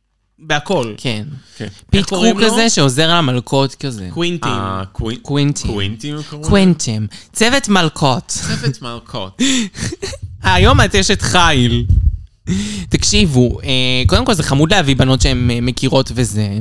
בהכל. כן. כן. פיט קוראים קרו לו? כזה שעוזר למלכות כזה. קווינטים. אה, קווין- קווינטים. קווינטים הם קראו? קווינטים. צוות מלכות. צוות מלכות. היום את אשת חיל. תקשיבו, אה, קודם כל זה חמוד להביא בנות שהן אה, מכירות וזה.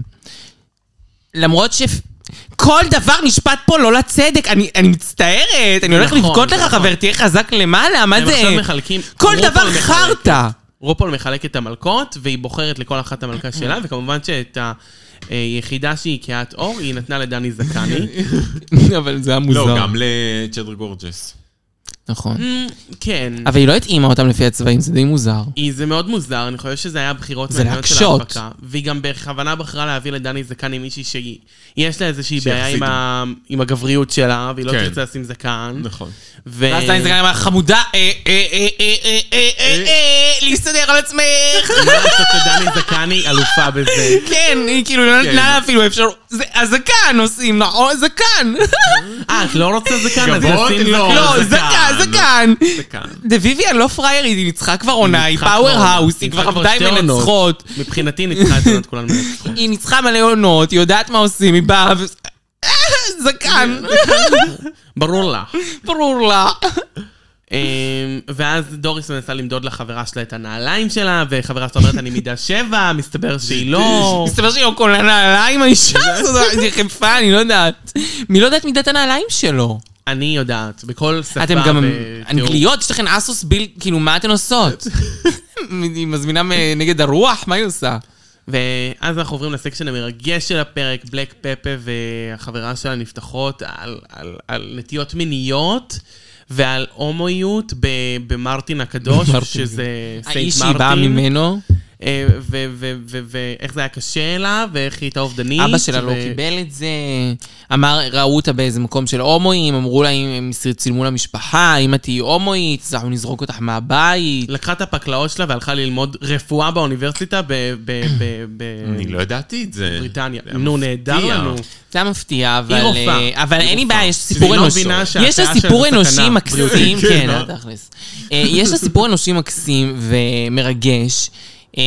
למרות ש... כל דבר נשפט פה לא לצדק, אני, אני מצטערת, אני הולך נכון, לבכות לך, נכון. חבר, תהיה חזק למעלה, מה הם זה? עכשיו מחלקים... כל רופול דבר מחלקת. חרטה. רופול מחלק את המלכות, והיא בוחרת לכל אחת המלכה שלה, וכמובן שאת היחידה שהיא כהת אור, היא נתנה לדני זקני. אבל זה היה לא, מוזר. גם לצ'דר גורג'ס. נכון. כן. אבל היא לא התאימה אותם לפי הצבעים, זה די מוזר. היא- זה מאוד מוזר, אני חושב שזה היה בחירות זה מעניינות של להקשות. ההפקה. והיא גם בכוונה בחרה להביא לדני זקני מישהי שיש לה איזושהי שיחסית. בעיה עם ה- עם הגבריות שלה, והיא לא כן. תרצה לשים זקן. נכון. ו- ואז דני זקן אמר, חמודה, אה, אה, אה, אה, אה, אה, אה, אה, להסתדר על עצמך. מה לעשות שדני זקני אלופה בזה? כן, היא כאילו לא נתנה לה אפילו אפשרות. זה- הזקן עושים, נכון? זקן. אה, את לא רוצה זקן? אז גבות? נשים לא. זקן. לא, זקן. זקן, זקן. זה כאן. דוויביה לא פריירית, היא ניצחה כבר עונה, היא ניצחה פאוור כבר- האוס, היא ניצחה כבר כבר עבדה עם שתי עונות. מנצחות. מבחינתי ניצחה את עונת כולן מנצחות. היא ניצחה מלא עונות, היא יודעת מה עושים, היא באה ו... אה, זקן. ברור לה. ברור לה. אמ, ואז דוריס מנסה למדוד לחברה שלה את הנעליים שלה, וחברה שלה אומרת אני מידה שבע, מסתבר שהיא לא... מסתבר שהיא לא קולה נעליים, האישה הזאת, היא חיפה, אני לא יודעת. מי לא יודעת מידת הנעליים שלו? אני יודעת, בכל שפה... אתם גם ותיאור. אנגליות, יש לכם אסוס ביל, כאילו, מה אתן עושות? היא מזמינה נגד הרוח? מה היא עושה? ואז אנחנו עוברים לסקשן המרגש של הפרק, בלק פפה והחברה שלה נפתחות על, על, על נטיות מיניות ועל הומואיות ב- במרטין הקדוש, מרטין. שזה האיש סיינט שהיא באה מרטין. ממנו, אה, ו- ו- ו- ואיך זה היה קשה לה, ואיך היא הייתה אובדנית. אבא שלה לא ו- קיבל את זה, אמר, ראו אותה באיזה מקום של הומואים, אמרו לה, אם הם צילמו למשפחה, אם את תהיי הומואית, אז אנחנו נזרוק אותך מהבית. לקחה את הפקלאות שלה והלכה ללמוד רפואה באוניברסיטה ב- ב- ב- ב- אני לא ידעתי את זה. בריטניה. זה היה נו, נהדר מפתיע. לנו. זה היה מפתיע, אבל, רופאה. אה, אבל היא אין לי רופאה. בעיה, יש סיפור והיא לא אנושי. מבינה יש שהפאה לה שלה סיפור זה אנושי סכנה. מקסים, כן, כן, אה? תכלס. אה, יש לה סיפור אנושי מקסים ומרגש. אה,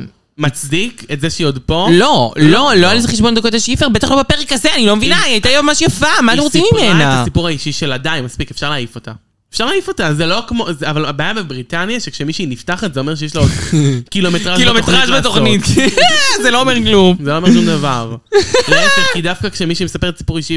מצדיק את זה שהיא עוד פה? לא, לא, לא על איזה חשבון דקות השיפר, בטח לא בפרק הזה, אני לא מבינה, היא הייתה ממש יפה, מה אתם רוצים היא סיפרה את ממנה? הסיפור האישי שלה, די, מספיק, אפשר להעיף אותה. אפשר להעיף אותה, זה לא כמו, אבל הבעיה בבריטניה שכשמישהי נפתחת זה אומר שיש לו עוד קילומטראז' קילומטראז' בתוכנית. זה לא אומר כלום. זה לא אומר שום דבר. להפך, כי דווקא כשמישהי מספרת סיפור אישי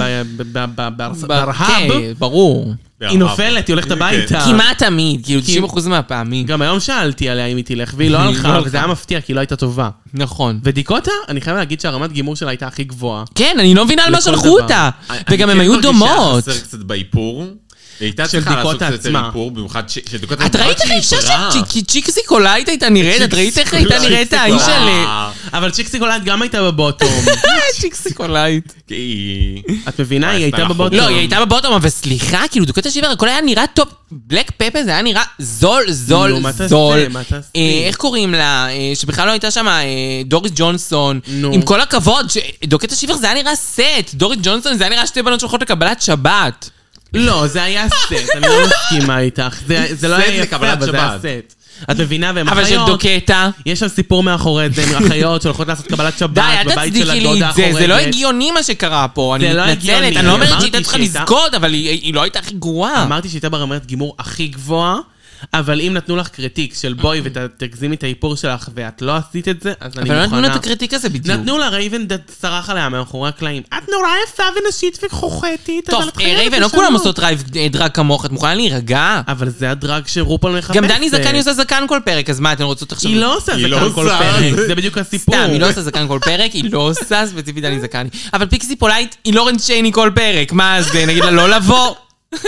ברהב, ברור. היא נופלת, היא הולכת הביתה. כמעט תמיד, כאילו תשעים אחוז מהפעמים. גם היום שאלתי עליה אם היא תלך, והיא לא הלכה, וזה היה מפתיע, כי היא לא הייתה טובה. נכון. ודיקוטה, אני חייב להגיד שהרמת גימור שלה הייתה הכי גבוהה. כן, אני לא מבינה על מה שלחו אותה. וגם הם היו דומות. חסר קצת באיפור. היא הייתה צריכה לעשות קצת יותר איפור, במיוחד שדיקוטה... את ראית איך אישה שצ'יקסיקולאית הייתה נראית? את ראית איך הייתה נראית האיש של... אבל צ'יקסיקולאית גם הייתה בבוטום. צ'יקסיקולאית. את מבינה? היא הייתה בבוטום. לא, היא הייתה בבוטום, אבל סליחה, כאילו דיקוטה שיבר, הכל היה נראה טוב. בלק פפה זה היה נראה זול, זול, זול. איך קוראים לה? שבכלל לא הייתה שם דוריס ג'ונסון. עם כל הכבוד, דיקוטה שיבר זה היה נראה סט. דוריס ג'ונסון זה היה נראה שתי בנות שהולכות לקבלת שבת. לא, זה היה סט, אני לא מסכימה איתך. זה לא היה יפה, אבל זה היה סט. את מבינה, והם אחיות... אבל של דוקטה... יש שם סיפור מאחורי זה, עם אחיות שהולכות לעשות קבלת שבת בבית של הדודה החורגת. זה לא הגיוני מה שקרה פה, אני מתנצלת. אני לא אומרת שהייתה צריכה לזכות, אבל היא לא הייתה הכי גרועה. אמרתי שהייתה ברמת גימור הכי גבוהה, אבל אם נתנו לך קריטיק של בואי ותגזימי את האיפור שלך ואת לא עשית את זה, אז אני מוכנה. אבל לא נתנו לה את הקריטיק הזה בדיוק. נתנו לה רייבן צרח עליה מאחורי הקלעים. את נורא יפה ונשית וחוכתית. טוב, רייבן, לא כולם עושות דרג כמוך, את מוכנה להירגע? אבל זה הדרג שרופול מחפשת. גם דני זקני עושה זקן כל פרק, אז מה, אתן רוצות עכשיו... היא לא עושה זקן כל פרק, זה בדיוק הסיפור. סתם, היא לא עושה זקן כל פרק, היא לא עושה ספציפית דני זקני. אבל פיקסי פולייט היא לורנס שייני כל פרק, מה אז נגיד לה לא לבוא?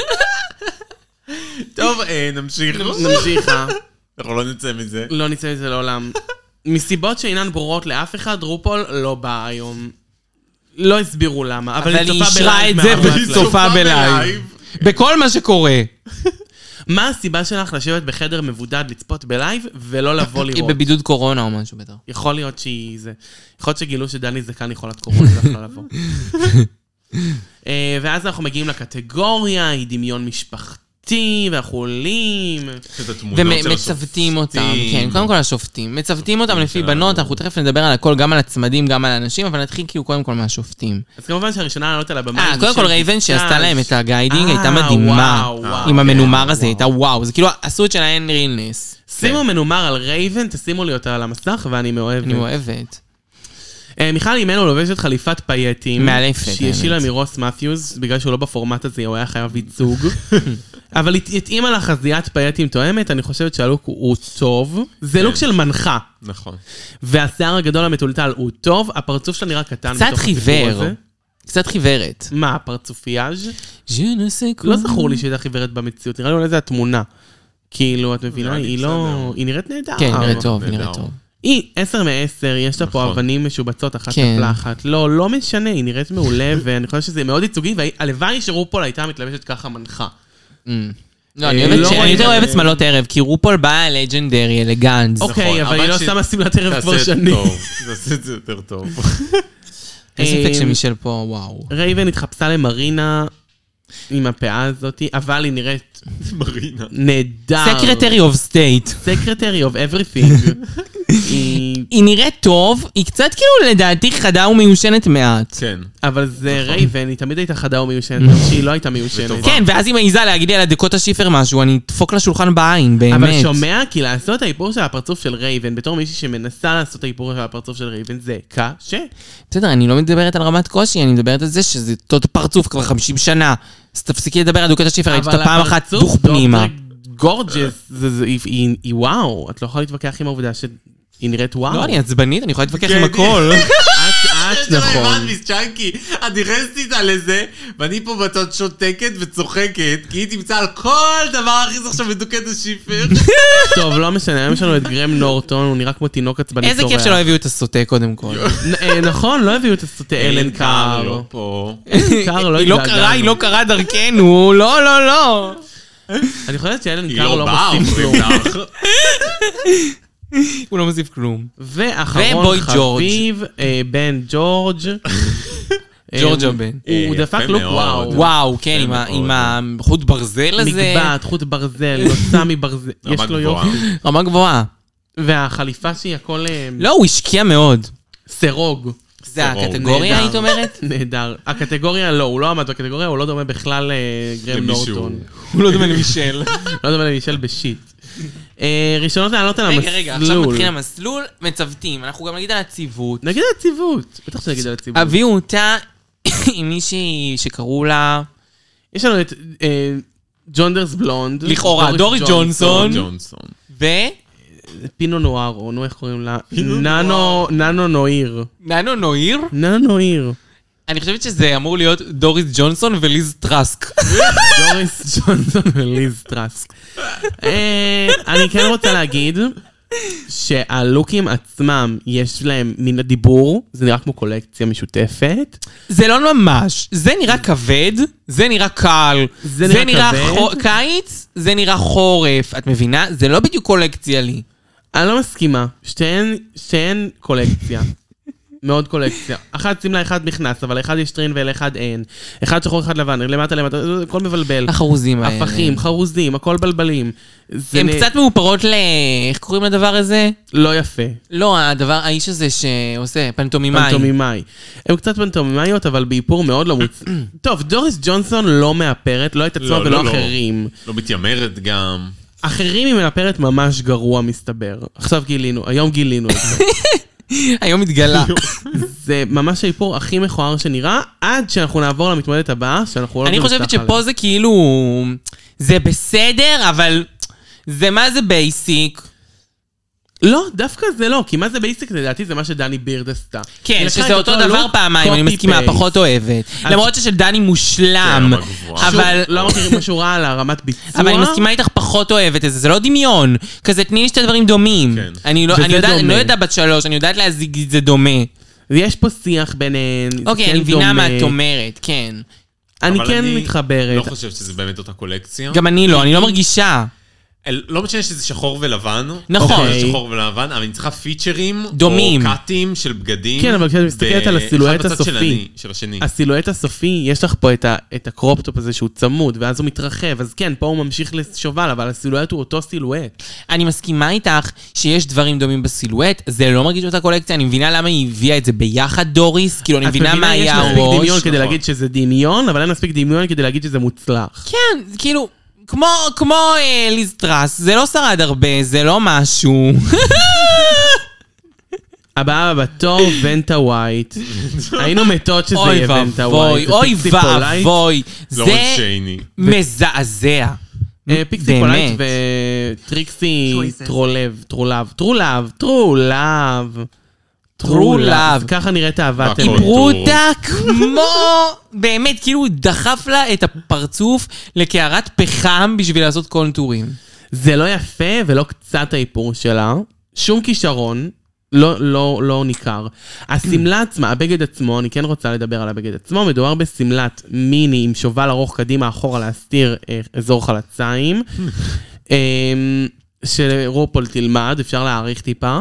טוב, נמשיך. נמשיכה. אנחנו לא נצא מזה. לא נצא מזה לעולם. מסיבות שאינן ברורות לאף אחד, רופול לא בא היום. לא הסבירו למה, אבל היא אישרה את זה והיא צופה בלייב. בכל מה שקורה. מה הסיבה שלך לשבת בחדר מבודד לצפות בלייב ולא לבוא לראות? היא בבידוד קורונה או משהו בטח. יכול להיות שהיא זה. יכול להיות שגילו שדני זקן יכולת קורונה, זה לא לבוא. ואז אנחנו מגיעים לקטגוריה, היא דמיון משפחתי. ואנחנו עולים ומצוותים אותם, כן, קודם כל השופטים מצוותים אותם לפי בנות, אנחנו תכף נדבר על הכל, גם על הצמדים, גם על האנשים, אבל נתחיל כאילו קודם כל מהשופטים. אז כמובן שהראשונה לעלות על הבמה, קודם כל רייבן שעשתה להם את הגיידינג הייתה מדהימה, עם המנומר הזה, הייתה וואו, זה כאילו עשו את שלהן רילנס. שימו מנומר על רייבן, תשימו לי אותה על המסך ואני מאוהבת. אני מאוהבת. מיכל אימנו לובשת חליפת פייטים. מאלפת. שישילה מרוס מת'יוז, בגלל שהוא לא בפורמט הזה, הוא היה חייב ייצוג. אבל התאימה לה חזיית פייטים תואמת, אני חושבת שהלוק הוא טוב. זה לוק של מנחה. נכון. והשיער הגדול המטולטל הוא טוב, הפרצוף שלה נראה קטן. קצת חיוור. קצת חיוורת. מה, הפרצופיאז'? לא זכור לי שהייתה חיוורת במציאות, נראה לי אולי זה התמונה. כאילו, את מבינה, היא לא... היא נראית נהדר. כן, נראית טוב, היא נראית טוב. היא עשר מעשר, יש לה פה אבנים משובצות אחת לפלחת. לא, לא משנה, היא נראית מעולה, ואני חושב שזה מאוד ייצוגי, והלוואי שרופול הייתה מתלבשת ככה מנחה. לא, אני יותר אוהבת שמלות ערב, כי רופול באה לג'נדרי, אלגנט. אוקיי, אבל היא לא שמה שמלת ערב כבר שנים. תעשה את זה יותר טוב. אין ספק שמישל פה, וואו. רייבן התחפשה למרינה עם הפאה הזאת, אבל היא נראית מרינה. נהדר. Secretary of State. Secretary of everything. היא נראית טוב, היא קצת כאילו לדעתי חדה ומיושנת מעט. כן. אבל זה רייבן, היא תמיד הייתה חדה ומיושנת, שהיא לא הייתה מיושנת. כן, ואז היא מעיזה להגיד לי על הדקוטה שיפר משהו, אני אדפוק לשולחן בעין, באמת. אבל שומע, כי לעשות את האיפור של הפרצוף של רייבן, בתור מישהי שמנסה לעשות את האיפור של הפרצוף של רייבן, זה קשה. בסדר, אני לא מדברת על רמת קושי, אני מדברת על זה שזה אותו פרצוף כבר חמישים שנה. אז תפסיקי לדבר על דקוטה שיפר, הייתה פעם אחת דוך פנימה. גורג'ס, היא וואו, את לא יכולה להתווכח עם העובדה שהיא נראית וואו. לא, אני עצבנית, אני יכולה להתווכח עם הכל. את נכון. צ'אנקי, את נכנסת איתה לזה, ואני פה בצד שותקת וצוחקת, כי היא תמצא על כל דבר הכי עכשיו בדוקטה שיפר. טוב, לא משנה, היום יש לנו את גרם נורטון, הוא נראה כמו תינוק עצבני צורח. איזה כיף שלא הביאו את הסוטה קודם כל. נכון, לא הביאו את הסוטה, אלן קאר. לא פה. אלן קאר לא היא לא קרה, היא לא קרה דרכנו, לא, לא, לא. אני חושבת שאלן קאר לא מוסיף כלום. הוא לא מוסיף כלום. ואחרון חביב, בן ג'ורג'. ג'ורג' הבן. הוא דפק לוק וואו. וואו, כן, עם החוט ברזל הזה. מגבעת, חוט ברזל, נוצא מברזל. יש לו יופי. רמה גבוהה. והחליפה שהיא הכל... לא, הוא השקיע מאוד. סירוג. זה הקטגוריה, היית אומרת? נהדר. הקטגוריה לא, הוא לא עמד בקטגוריה, הוא לא דומה בכלל לגרם נורטון. הוא לא דומה למישל. לא דומה למישל בשיט. ראשונות לעלות על המסלול. רגע, רגע, עכשיו מתחיל המסלול, מצוותים. אנחנו גם נגיד על הציבות. נגיד על הציבות. בטח שנגיד על הציבות. הביאו אותה עם מישהי שקראו לה... יש לנו את ג'ונדרס בלונד. לכאורה, דורי ג'ונסון. ו... פינו נואר, או נו איך קוראים לה? ננו, ננו נויר. ננו נויר? ננו נויר. אני חושבת שזה אמור להיות דוריס ג'ונסון וליז טרסק. דוריס ג'ונסון וליז טרסק. אני כן רוצה להגיד שהלוקים עצמם יש להם מן הדיבור, זה נראה כמו קולקציה משותפת. זה לא ממש, זה נראה כבד, זה נראה קל, זה נראה קיץ, זה נראה חורף, את מבינה? זה לא בדיוק קולקציה לי. אני לא מסכימה, שתיהן קולקציה. מאוד קולקציה. אחד סימלה, אחד מכנס, אבל אחד יש טרין ולאחד אין. אחד שחור, אחד לבן, למטה למטה, הכל מבלבל. החרוזים האלה. הפכים, חרוזים, הכל בלבלים. הם קצת מאופרות ל... איך קוראים לדבר הזה? לא יפה. לא, הדבר, האיש הזה שעושה פנטומימאי. פנטומימאי. הם קצת פנטומימאיות, אבל באיפור מאוד לא מוצ... טוב, דוריס ג'ונסון לא מאפרת, לא את עצמה ולא אחרים. לא מתיימרת גם. אחרים היא מאפרת ממש גרוע, מסתבר. עכשיו גילינו, היום גילינו את זה. היום מתגלה. זה ממש האיפור הכי מכוער שנראה, עד שאנחנו נעבור למתמודדת הבאה, שאנחנו לא... אני חושבת שפה זה כאילו... זה בסדר, אבל... זה מה זה בייסיק? לא, דווקא זה לא, כי מה זה בייסיק, לדעתי זה מה שדני בירד עשתה. כן, שזה אותו דבר פעמיים, אני מסכימה, פחות אוהבת. למרות ששל דני מושלם, אבל... לא מכירים משהו רע על הרמת ביצוע. אבל אני מסכימה איתך פחות אוהבת את זה, זה לא דמיון. כזה תני לי שתי דברים דומים. אני לא יודעת בת שלוש, אני יודעת להזיג את זה דומה. ויש פה שיח ביניהן, אוקיי, אני מבינה מה את אומרת, כן. אני כן מתחברת. לא חושב שזה באמת אותה קולקציה. גם אני לא, אני לא מרגישה. לא משנה שזה שחור ולבן. נכון. שחור ולבן, אבל אני צריכה פיצ'רים. דומים. או קאטים של בגדים. כן, אבל כשאת מסתכלת על הסילואט הסופי. של השני. הסילואט הסופי, יש לך פה את הקרופטופ הזה שהוא צמוד, ואז הוא מתרחב. אז כן, פה הוא ממשיך לשובל, אבל הסילואט הוא אותו סילואט. אני מסכימה איתך שיש דברים דומים בסילואט, זה לא מרגיש אותה קולקציה, אני מבינה למה היא הביאה את זה ביחד, דוריס, כאילו אני מבינה מה היה הראש. יש מספיק דמיון כדי להגיד שזה דמיון, אבל אין מספיק דמיון כדי להגיד שזה מוצלח. כן, כאילו, כמו, כמו אה, ליז טרס, זה לא שרד הרבה, זה לא משהו. הבאה בתור, ונטה ווייט. היינו מתות שזה יהיה ונטה ווייט. אוי ואבוי, זה מזעזע. פיקסי פולייט וטריקסי טרולב, טרולב, טרולב, טרולב. טרולב. ככה נראית אהבת אמת. דיברו אותה כמו... באמת, כאילו הוא דחף לה את הפרצוף לקערת פחם בשביל לעשות קונטורים. זה לא יפה ולא קצת האיפור שלה. שום כישרון. לא, לא, לא ניכר. הסמלה עצמה, הבגד עצמו, אני כן רוצה לדבר על הבגד עצמו, מדובר בסמלת מיני עם שובל ארוך קדימה אחורה להסתיר אזור חלציים. שרופול תלמד, אפשר להעריך טיפה.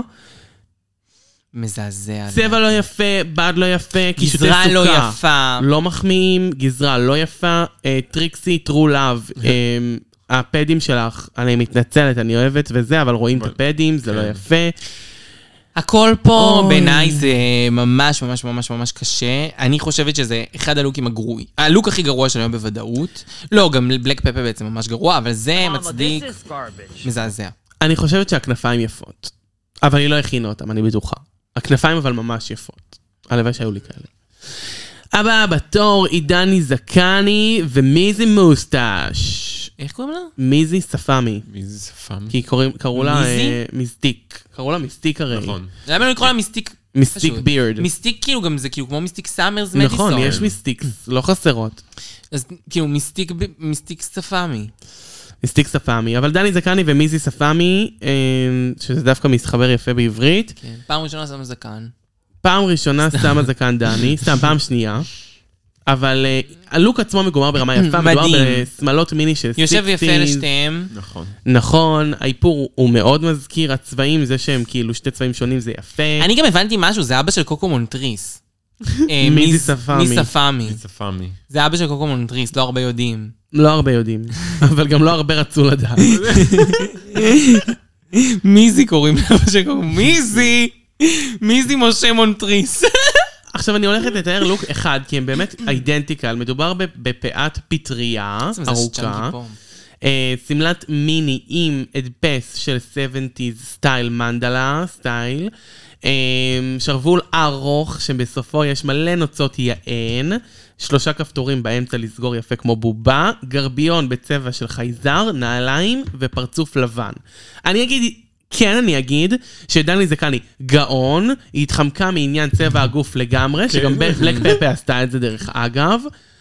מזעזע. צבע לא יפה, בד לא יפה, גזרה לא יפה. לא מחמיאים, גזרה לא יפה, טריקסי, טרו לאב. הפדים שלך, אני מתנצלת, אני אוהבת וזה, אבל רואים את הפדים, זה לא יפה. הכל פה בעיניי זה ממש ממש ממש ממש קשה. אני חושבת שזה אחד הלוקים הגרועי. הלוק הכי גרוע שלנו בוודאות. לא, גם בלק פפה בעצם ממש גרוע, אבל זה מצדיק מזעזע. אני חושבת שהכנפיים יפות. אבל אני לא הכינה אותם, אני בטוחה. הכנפיים אבל ממש יפות. הלוואי שהיו לי כאלה. הבאה בתור, עידני זקני ומיזי מוסטש. איך קוראים לה? מיזי ספאמי. מיזי ספאמי. כי קראו לה מיסטיק. קראו לה מיסטיק הרי. נכון. למה לא לקרוא לה מיסטיק? מיסטיק בירד. מיסטיק כאילו גם זה כאילו כמו מיסטיק סאמרס מדיסון. נכון, יש מיסטיק, לא חסרות. אז כאילו מיסטיק ספאמי. מיסטיק ספאמי. אבל דני זקני ומיזי ספאמי, שזה דווקא מסחבר יפה בעברית. כן, פעם ראשונה שמה זקן. פעם ראשונה שמה זקן דני, סתם פעם שנייה. אבל הלוק עצמו מגומר ברמה יפה, מדובר בסמלות מיני של סיקסטיז. יושב יפה לשתיהם. נכון. נכון, האיפור הוא מאוד מזכיר, הצבעים, זה שהם כאילו שתי צבעים שונים, זה יפה. אני גם הבנתי משהו, זה אבא של קוקו מונטריס. מיזי ספאמי. מיזי ספאמי. מיזי ספאמי. זה אבא של קוקו מונטריס, לא הרבה יודעים. לא הרבה יודעים, אבל גם לא הרבה רצו לדעת. מיזי קוראים לאבא של קוקו, מיזי! מיזי משה מונטריס. עכשיו אני הולכת לתאר לוק אחד, כי הם באמת אידנטיקל. מדובר בפאת פטריה ארוכה. סמלת מיני עם הדפס של שבעים סטייל מנדלה סטייל. שרוול ארוך שבסופו יש מלא נוצות יען. שלושה כפתורים באמצע לסגור יפה כמו בובה. גרביון בצבע של חייזר, נעליים ופרצוף לבן. אני אגיד... כן, אני אגיד שדני זקני גאון, היא התחמקה מעניין צבע הגוף לגמרי, שגם בלק פפה עשתה את זה דרך אגב,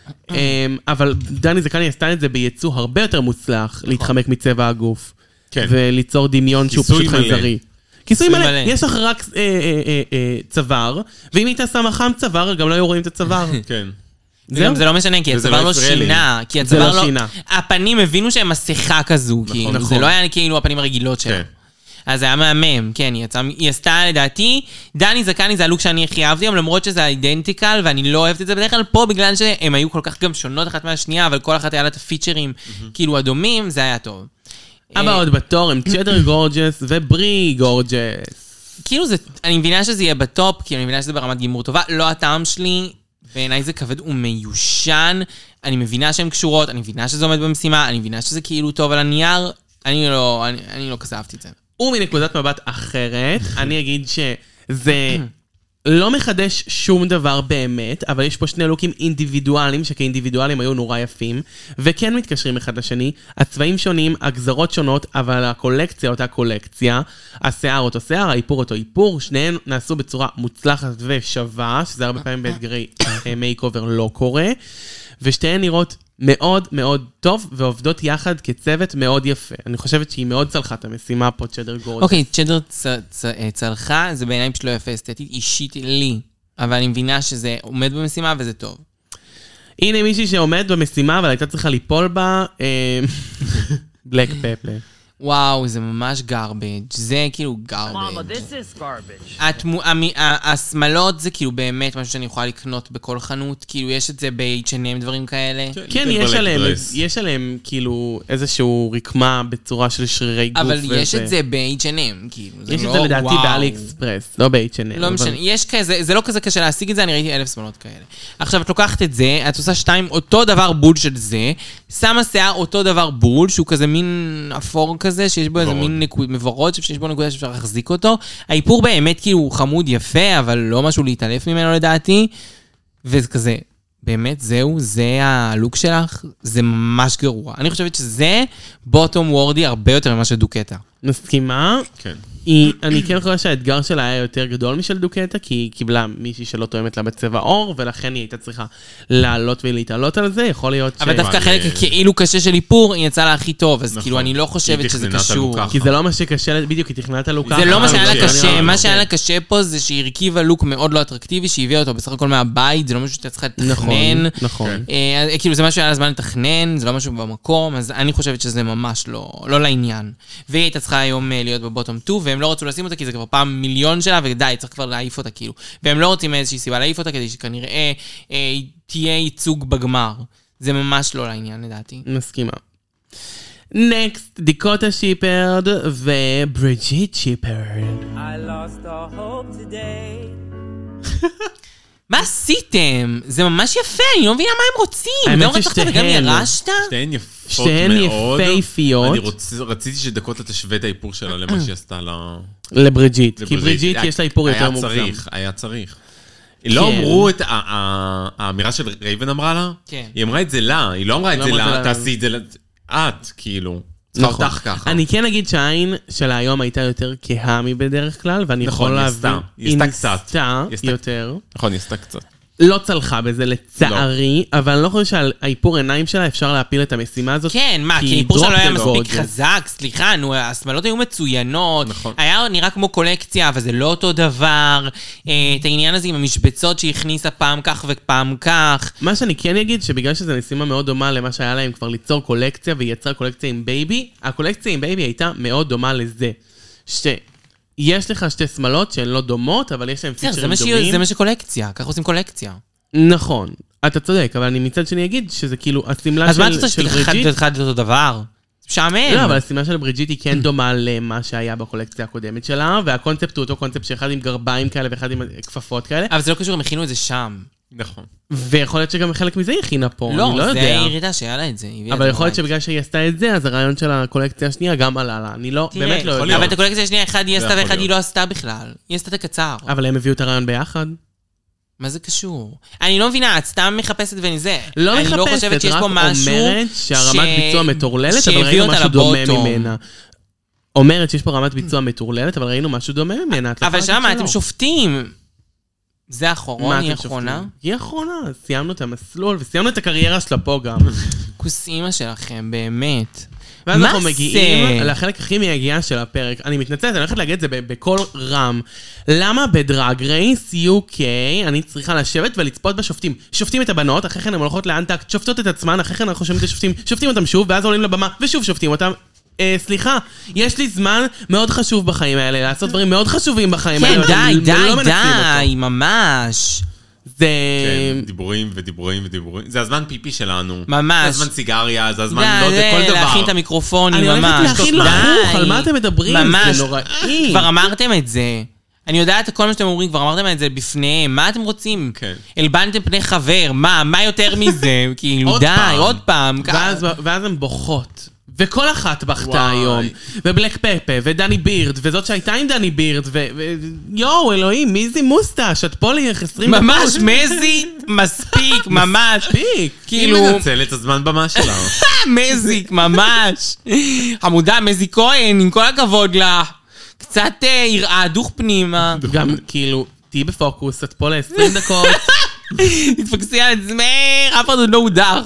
אבל דני זקני עשתה את זה בייצוא הרבה יותר מוצלח, להתחמק מצבע הגוף, וליצור דמיון שהוא פשוט חייזרי. כיסוי מלא, יש לך רק צוואר, ואם הייתה שמה חם צוואר, גם לא היו רואים את הצוואר. כן. זה לא משנה, כי הצוואר לא שינה, כי הצוואר לא... הפנים הבינו שהם מסכה כזו, זה לא היה כאילו הפנים הרגילות שלהם. אז זה היה מהמם, כן, היא, יצא, היא עשתה לדעתי, דני זקני זה הלוק שאני הכי אהבתי, למרות שזה אידנטיקל, ואני לא אוהבת את זה בדרך כלל פה, בגלל שהם היו כל כך גם שונות אחת מהשנייה, אבל כל אחת היה לה את הפיצ'רים כאילו הדומים, זה היה טוב. הבאות בתור הם צ'דר גורג'ס וברי גורג'ס. כאילו זה, אני מבינה שזה יהיה בטופ, כי אני מבינה שזה ברמת גימור טובה, לא הטעם שלי, בעיניי זה כבד ומיושן, אני מבינה שהן קשורות, אני מבינה שזה עומד במשימה, אני מבינה שזה כאילו טוב על הנייר, אני לא, אני, אני לא כזה אהבתי את זה. ומנקודת מבט אחרת, אני אגיד שזה לא מחדש שום דבר באמת, אבל יש פה שני לוקים אינדיבידואליים, שכאינדיבידואליים היו נורא יפים, וכן מתקשרים אחד לשני, הצבעים שונים, הגזרות שונות, אבל הקולקציה אותה קולקציה, השיער אותו שיער, האיפור אותו איפור, שניהם נעשו בצורה מוצלחת ושווה, שזה הרבה פעמים באתגרי מייק אובר לא קורה, ושתיהן נראות מאוד מאוד טוב, ועובדות יחד כצוות מאוד יפה. אני חושבת שהיא מאוד צלחה את המשימה פה, צ'דר גורג'ס. אוקיי, צ'דר צלחה, זה בעיניים שלא יפה אסתטית, אישית לי, אבל אני מבינה שזה עומד במשימה וזה טוב. הנה מישהי שעומד במשימה, אבל הייתה צריכה ליפול בה, בלק פפה. וואו, זה ממש גרבג'. זה כאילו גרבג'. השמלות זה כאילו באמת משהו שאני יכולה לקנות בכל חנות. כאילו יש את זה ב-אייץ' אנד אם, דברים כאלה. כן, יש עליהם כאילו איזשהו רקמה בצורה של שרירי גוף. אבל יש את זה ב-אייץ' אנד אם, כאילו. יש את זה לדעתי באלי אקספרס, לא ב-אייץ' אנד אם. לא משנה, יש כזה, זה לא כזה קשה להשיג את זה, אני ראיתי אלף שמלות כאלה. עכשיו, את לוקחת את זה, את עושה שתיים, אותו דבר בול של זה, שמה שיער אותו דבר בול, שהוא כזה מין אפור כזה, שיש בו איזה מין נקוד מברוד, שיש בו נקודה שאפשר להחזיק אותו. האיפור באמת כאילו חמוד יפה, אבל לא משהו להתעלף ממנו לדעתי. וזה כזה, באמת זהו, זה הלוק שלך, זה ממש גרוע. אני חושבת שזה בוטום וורדי הרבה יותר ממה של דוקטה. מסכימה? כן. היא, אני כן חושב שהאתגר שלה היה יותר גדול משל דוקטה, כי היא קיבלה מישהי שלא תואמת לה בצבע אור, ולכן היא הייתה צריכה לעלות ולהתעלות על זה, יכול להיות ש... אבל דווקא חלק כאילו קשה של איפור, היא יצאה לה הכי טוב, אז כאילו אני לא חושבת שזה קשור. כי זה לא מה שקשה, בדיוק, היא תכננה את הלוק ככה. זה לא מה שהיה לה קשה, מה שהיה לה קשה פה זה שהיא הרכיבה לוק מאוד לא אטרקטיבי, שהביאה אותו בסך הכל מהבית, זה לא משהו שאתה צריכה לתכנן. נכון. כאילו זה משהו שהיה לה זמן לתכנן, זה לא משהו במקום, אז אני חושבת שזה ממש לא לעניין. והיא הייתה צריכה היום להיות בבוטום טו, והם לא רצו לשים אותה, כי זה כבר פעם מיליון שלה, ודי, צריך כבר להעיף אותה, כאילו. והם לא רוצים איזושהי סיבה להעיף אותה, כדי שכנראה אה, תהיה ייצוג בגמר. זה ממש לא לעניין, לדעתי. מסכימה. נקסט, דיקוטה שיפרד ובריג'יט שיפרד. I lost all hope today. מה עשיתם? זה ממש יפה, אני לא מבינה מה הם רוצים. לא רצחת וגם ירשת? שתיהן יפות שתיהן מאוד. יפהפיות. אני רוצ, רציתי שדקותה תשווה את האיפור שלה למה שהיא עשתה לה... לבריג'יט. כי בריג'יט יש לה איפור יותר מוגזם. היה צריך, היה צריך. לא אמרו את האמירה של רייבן אמרה לה? כן. היא אמרה את זה לה, היא לא אמרה את זה לה, תעשי את זה לה. את, כאילו. צריכה אותך ככה. אני כן אגיד שהעין של היום הייתה יותר כהה מבדרך כלל, ואני יכול להבין... היא עשתה קצת. היא עשתה יותר. נכון, היא עשתה קצת. לא צלחה בזה לצערי, אבל אני לא חושב שעל האיפור עיניים שלה אפשר להפיל את המשימה הזאת. כן, מה, כי האיפור שלה לא היה מספיק חזק, סליחה, נו, השמלות היו מצוינות, היה נראה כמו קולקציה, אבל זה לא אותו דבר, את העניין הזה עם המשבצות שהכניסה פעם כך ופעם כך. מה שאני כן אגיד, שבגלל שזו משימה מאוד דומה למה שהיה להם כבר ליצור קולקציה, והיא יצרה קולקציה עם בייבי, הקולקציה עם בייבי הייתה מאוד דומה לזה. ש... יש לך שתי שמלות שהן לא דומות, אבל יש להן פיצ'רים דומים. זה מה שקולקציה, ככה עושים קולקציה. נכון, אתה צודק, אבל אני מצד שני אגיד שזה כאילו הסמלה של בריג'יט. אז מה אתה רוצה שתחד את אותו דבר? משעמם. לא, אבל הסימה של בריג'יט היא כן דומה למה שהיה בקולקציה הקודמת שלה, והקונספט הוא אותו קונספט שאחד עם גרביים כאלה ואחד עם כפפות כאלה. אבל זה לא קשור, הם הכינו את זה שם. נכון. ויכול להיות שגם חלק מזה היא הכינה פה, אני לא לא, זה יודע. ירידה שהיה לה את זה. אבל יכול להיות שבגלל שהיא עשתה את זה, אז הרעיון של הקולקציה השנייה גם עלה לה. אני לא, באמת לא יודע. אבל את הקולקציה השנייה, אחד היא עשתה יכול ואחד להיות. היא לא עשתה בכלל. היא עשתה את הקצר. אבל הם הביאו את הרעיון ביחד. מה זה קשור? אני לא מבינה, את סתם מחפשת ונזה. לא אני לא חושבת מחפשת, שיש רק פה משהו אומרת שהרמת ש- ביצוע מטורללת, אבל שהביא ראינו אותה משהו דומה לבוטום. ממנה. אומרת שיש פה רמת ביצוע מטורללת, אבל ראינו משהו דומה ממנה. את לא אבל יכולה שמה, להגיד אתם שלא. שופטים. זה האחרון, מה היא אתם האחרונה. שופטים? היא האחרונה, סיימנו את המסלול, וסיימנו את הקריירה שלה פה גם. כוס אימא שלכם, באמת. ואז מה אנחנו זה? מגיעים לחלק הכי מייגע של הפרק. אני מתנצלת, אני הולכת להגיד את זה ב- בקול רם. למה בדרג רייס יו קיי אני צריכה לשבת ולצפות בשופטים? שופטים את הבנות, אחרי כן הן הולכות לאנטקט, שופטות את עצמן, אחרי כן אנחנו שומעים את השופטים, שופטים אותם שוב, ואז עולים לבמה ושוב שופטים אותם. אה, סליחה, יש לי זמן מאוד חשוב בחיים האלה, לעשות דברים מאוד חשובים בחיים כן, האלה. די, ואתם די, לא מנצלים אותו. די, ממש. זה... כן, דיבורים ודיבורים ודיבורים. זה הזמן פיפי שלנו. ממש. זה הזמן סיגריה, זה הזמן די, לא, זה כל דבר. להכין את המיקרופונים, אני ממש. הולכת להכין לחוך, על מה אתם מדברים? ממש. זה נוראי. כבר אמרתם את זה. אני יודעת כל מה שאתם אומרים, כבר אמרתם את זה בפניהם. מה אתם רוצים? כן. הלבנתם פני חבר, מה? מה יותר מזה? כאילו, עוד די, פעם. עוד פעם. ואז, ואז הן בוכות. וכל אחת בכתה וואי. היום. ובלק פפה, ודני בירד, וזאת שהייתה עם דני בירד, ו... ו... יואו, אלוהים, מיזי מוסטש, את פה לי איך עשרים דקות. ממש מזי, מספיק, ממש. מספיק. כאילו, היא מנצלת את הזמן במה שלה. מזיק, ממש. חמודה, מזי כהן, עם כל הכבוד לך. קצת אה, יראה, דוך פנימה. גם, כאילו, תהי בפוקוס, את פה ל-עשרים דקות. תתפקסי על עצמך, אף אחד עוד לא הודר.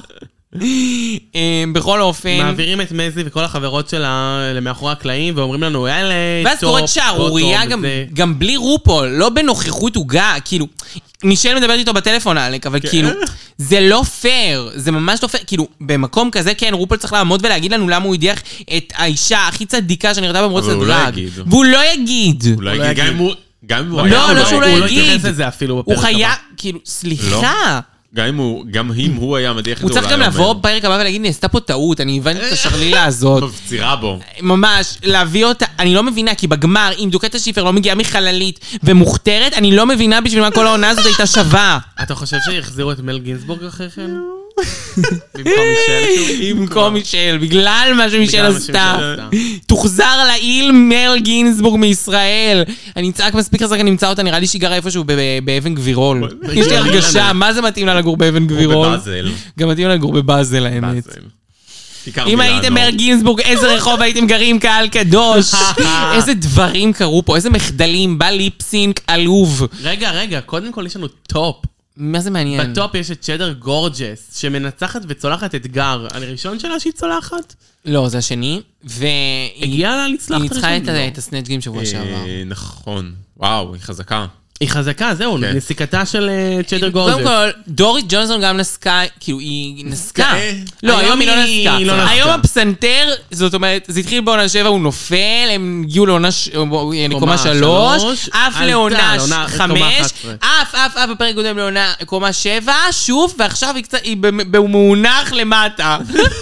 אה, בכל אופן. מעבירים את מזי וכל החברות שלה למאחורי הקלעים, ואומרים לנו, אלה, ואז קורית שערוריה גם, גם בלי רופול, לא בנוכחות עוגה, כאילו, מישל מדברת איתו בטלפון עלק, אבל כאילו, זה לא פייר, זה ממש לא פייר, כאילו, במקום כזה, כן, רופול צריך לעמוד ולהגיד לנו למה הוא הדיח את האישה הכי צדיקה שנראתה במרוץ אבל הוא לא הדרג. יגיד. והוא לא יגיד. אולי גם אם הוא... גם אם הוא לא, היה... לא שהוא לא הוא לא יגיד. יתייחס לזה אפילו בפרק הוא חיה, הבא. כאילו, סליחה. גם אם הוא... גם אם הוא היה מדיח את זה, הוא צריך גם לבוא בפרק הבא ולהגיד, נעשתה פה טעות, אני הבנתי את השרלילה הזאת. מפצירה בו. ממש, להביא אותה, אני לא מבינה, כי בגמר, אם דוקטה שיפר לא מגיעה מחללית ומוכתרת, אני לא מבינה בשביל מה כל העונה הזאת הייתה שווה. אתה חושב שיחזירו את מל גינסבורג אחרי כן? במקום מישל? במקום מישל, בגלל מה שמישל בגלל מה עשתה. שמישל עשתה. תוחזר לעיל מל גינסבורג מישראל. אני אצעק מספיק חזק, אני אמצא אותה, נראה לי שהיא גרה איפשהו ב- ב- באבן גבירול. יש לי הרגשה, מה זה מתאים לה לגור באבן גבירול? בבאזל. גם מתאים לה לגור בבאזל, האמת. באזל. כיכר אם מילאנו. הייתם מר גינסבורג, איזה רחוב הייתם גרים קהל קדוש. איזה דברים קרו פה, איזה מחדלים, בא ליפסינק עלוב. רגע, רגע, קודם כל יש לנו טופ. מה זה מעניין? בטופ יש את צ'דר גורג'ס, שמנצחת וצולחת אתגר. אני ראשון שלה שהיא צולחת? לא, זה השני. והיא הגיעה לה לצלח היא את ניצחה הראשון. את לא. ה- את הסנאצ' גיים שבוע שעבר. אה, נכון. וואו, היא חזקה. היא חזקה, זהו, כן. נסיקתה של אה, צ'דר גורג'ס. קודם כל, דורית ג'ונסון גם נסקה, כאילו היא נסקה. נסקה. לא, היום היא לא היא נסקה. לא נסקה. היום הפסנתר, זאת אומרת, זה התחיל בעונה שבע, הוא נופל, הם הגיעו לעונה ש- לקומה שלוש, שלוש, אף עלתה לעונה לעונה- ש- קומה חמש, אחת עשרה. אף, אף, אף בפרק קודם לעונה קומה שבע, שוב, ועכשיו היא קצת, היא במ- במונח למטה.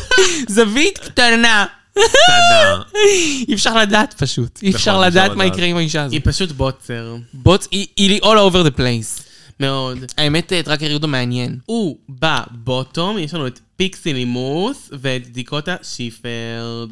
זווית קטנה. קטנה. אי אפשר לדעת פשוט. אי אפשר נכון, אי אפשר לדעת מה לדעת. יקרה עם האישה הזאת. היא פשוט בוצר. בוץ, היא היא all over the place. מאוד. האמת, טראקר ירדו מעניין. ובבוטום יש לנו את פיקסי לימוס ואת דיקוטה שיפרד.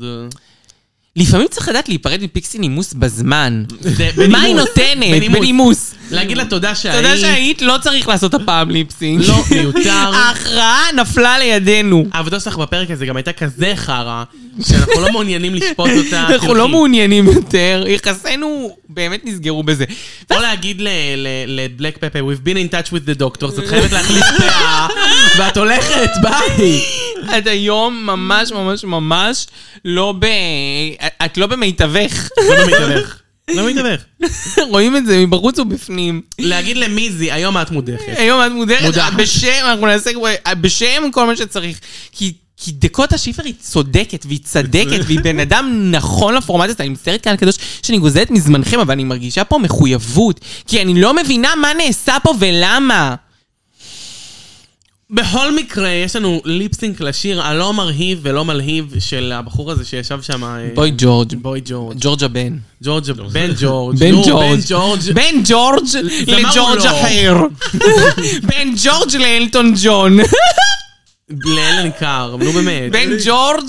לפעמים צריך לדעת להיפרד מפיקסי נימוס בזמן. זה מה היא בנימוס. נותנת? בנימוס. בנימוס. להגיד לה תודה שהיית. אתה יודע שהיית לא צריך לעשות הפעם ליפסינג. לא, מיותר. ההכרעה נפלה לידינו. העבודה שלך בפרק הזה גם הייתה כזה חרא, שאנחנו לא מעוניינים לשפוט אותה. אנחנו לא תלכי. מעוניינים יותר. יחסינו באמת נסגרו בזה. או להגיד לבלק פפה, we've been in touch with the doctor, זאת חייבת להחליף פאה, ואת הולכת, ביי. את היום ממש ממש ממש לא ב... את לא במיטבך. לא מתווך. לא מתווך. רואים את זה מבחוץ ובפנים. להגיד למיזי, היום את מודחת. היום את מודרת, מודחת. בשם, אנחנו נעשה בשם כל מה שצריך. כי... כי דקוטה שיפר היא צודקת, והיא צדקת, והיא בן אדם נכון לפורמט הזה. אני מצטערת כאן קדוש שאני גוזלת מזמנכם, אבל אני מרגישה פה מחויבות. כי אני לא מבינה מה נעשה פה ולמה. בכל מקרה, יש לנו ליפסינק לשיר הלא מרהיב ולא מלהיב של הבחור הזה שישב שם... בוי ג'ורג'. בוי ג'ורג'. ג'ורג'ה בן. ג'ורג'ה, בן ג'ורג'. בן נו, ג'ורג'. בן ג'ורג' לג'ורג' אחר. בן ג'ורג' לאלטון ג'ון. לאלן קאר, נו באמת. בן ג'ורג'.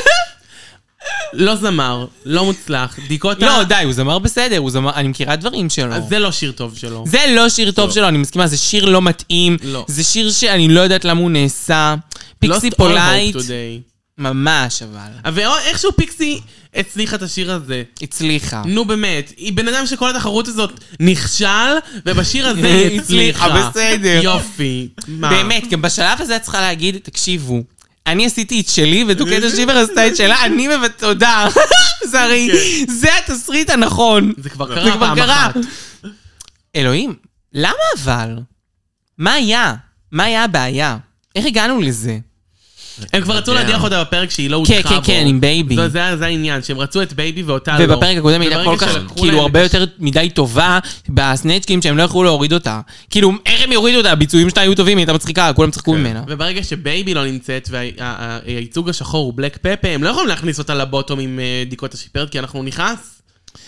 לא זמר, לא מוצלח. דיקוטה... לא, די, הוא זמר בסדר, הוא זמר, אני מכירה דברים שלו. אז זה לא שיר טוב שלו. זה לא שיר טוב שלו, אני מסכימה, זה שיר לא מתאים. לא. זה שיר שאני לא יודעת למה הוא נעשה. פיקסי פולייט. ממש, אבל. ואיכשהו פיקסי הצליחה את השיר הזה. הצליחה. נו באמת, היא בן אדם שכל התחרות הזאת נכשל, ובשיר הזה היא הצליחה. בסדר. יופי. באמת, גם בשלב הזה את צריכה להגיד, תקשיבו, אני עשיתי את שלי, ודוקטה שיבר עשתה את שלה, אני מבט... תודה. זה הרי, זה התסריט הנכון. זה כבר קרה פעם אחת. אלוהים, למה אבל? מה היה? מה היה הבעיה? איך הגענו לזה? הם כבר רצו להדיח אותה בפרק שהיא לא הודחה בו. כן, כן, כן, עם בייבי. זה העניין, שהם רצו את בייבי ואותה לא. ובפרק הקודם הייתה כל כך, כאילו, הרבה יותר מדי טובה בסנאצ'קים שהם לא יכלו להוריד אותה. כאילו, איך הם יורידו אותה? הביצועים שלה היו טובים, היא הייתה מצחיקה, כולם צחקו ממנה. וברגע שבייבי לא נמצאת והייצוג השחור הוא בלק פפה, הם לא יכולים להכניס אותה לבוטום עם דיקוטה שיפרד, כי אנחנו נכנס.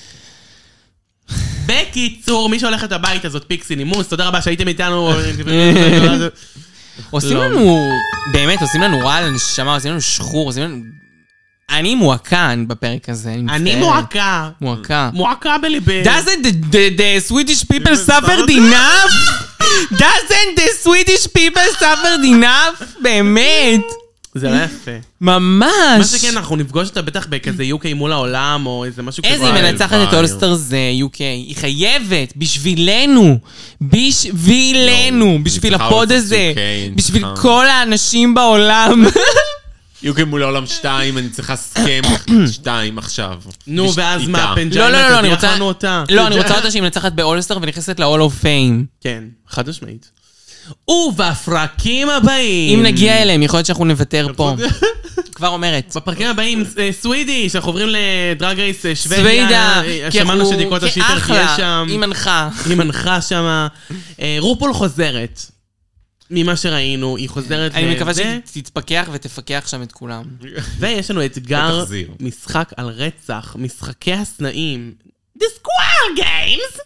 בקיצור, מי שהולכת הבית הזאת, פיקסי נימוס, תודה רבה שהייתם איתנו. עושים לנו, באמת, עושים לנו רע על הנשמה, עושים לנו שחור, עושים לנו... אני מועקן בפרק הזה, אני מצטער. אני מועקה. מועקה. מועקה בליבי. Doesn't the, the, the Swedish people suffered enough? Doesn't the Swedish people suffered enough? באמת. זה לא יפה. ממש. מה שכן, אנחנו נפגוש אותה בטח בכזה יו קיי מול העולם, או איזה משהו כזה. איזה היא מנצחת את אולסטר זה, יו קיי. היא חייבת, בשבילנו. בשבילנו. בשביל הפוד הזה. בשביל כל האנשים בעולם. יו קיי מול העולם שתיים, אני צריכה סכם שתיים עכשיו. נו, ואז מה, לא, לא, לא, אני רוצה... אותה. לא, אני רוצה אותה שהיא מנצחת באולסטר ונכנסת ל-Hall of Fame. כן, חד משמעית. ובפרקים הבאים... אם נגיע אליהם, יכול להיות שאנחנו נוותר פה. כבר אומרת. בפרקים הבאים, סווידי, שאנחנו עוברים לדרג רייס שוודיה. סווידה. שמענו שדיקוטה שיפר תהיה שם. היא מנחה. היא מנחה שם. רופול חוזרת. ממה שראינו, היא חוזרת... אני מקווה שתתפקח ותפקח שם את כולם. ויש לנו אתגר משחק על רצח, משחקי הסנאים. The Square Games!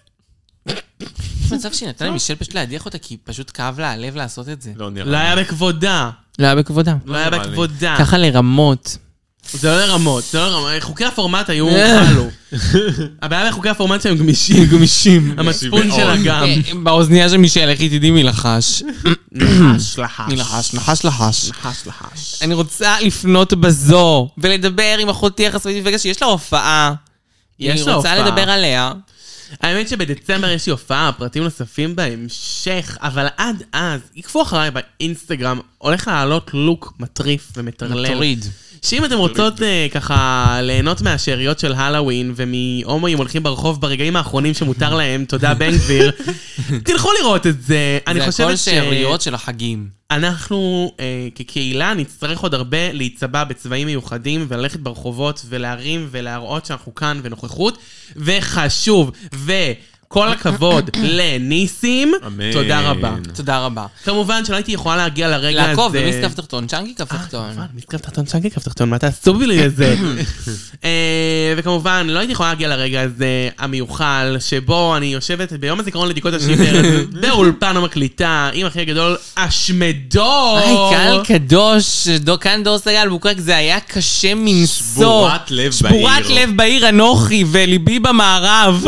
זה מצב שהיא נתנה למישל פשוט להדיח אותה, כי פשוט כאב לה הלב לעשות את זה. לא היה בכבודה. לא היה בכבודה. לא היה בכבודה. ככה לרמות. זה לא לרמות, זה לא לרמות. חוקי הפורמט היו חלו. הבעיה בחוקי הפורמט שהם גמישים. גמישים. המצפון שלה גם. באוזנייה של מישל, איך היא תדעי מי לחש. נחש לחש. מי לחש, נחש לחש. נחש לחש. אני רוצה לפנות בזו, ולדבר עם אחותי החשפנית וגה שיש לה הופעה. יש לה אני רוצה הופעה. לדבר עליה. האמת שבדצמבר יש לי הופעה, פרטים נוספים בהמשך, אבל עד אז, יקפו אחריי באינסטגרם, הולך לעלות לוק מטריף ומטרלל. תוריד. שאם אתם רוצות uh, ככה ליהנות מהשאריות של הלווין, ומהומואים הולכים ברחוב ברגעים האחרונים שמותר להם, תודה בן גביר, תלכו לראות את זה. זה הכל שאריות של החגים. אנחנו uh, כקהילה נצטרך עוד הרבה להיצבע בצבעים מיוחדים, וללכת ברחובות ולהרים ולהראות שאנחנו כאן ונוכחות, וחשוב, ו... כל הכבוד לניסים, תודה רבה. תודה רבה. כמובן שלא הייתי יכולה להגיע לרגע הזה. לעקוב, ומיס כף תחתון, צ'אנקי כף תחתון. מיס כף תחתון, צ'אנקי כף תחתון, מה תעשו לי את זה? וכמובן, לא הייתי יכולה להגיע לרגע הזה המיוחל, שבו אני יושבת ביום הזיכרון לדיקות השיבר, באולפן המקליטה, עם הכי הגדול, אשמדור. היי, קהל קדוש, כאן דור סגל בוקרק, זה היה קשה מנשוא. שבורת לב בעיר. שבורת לב בעיר אנוכי, וליבי במערב.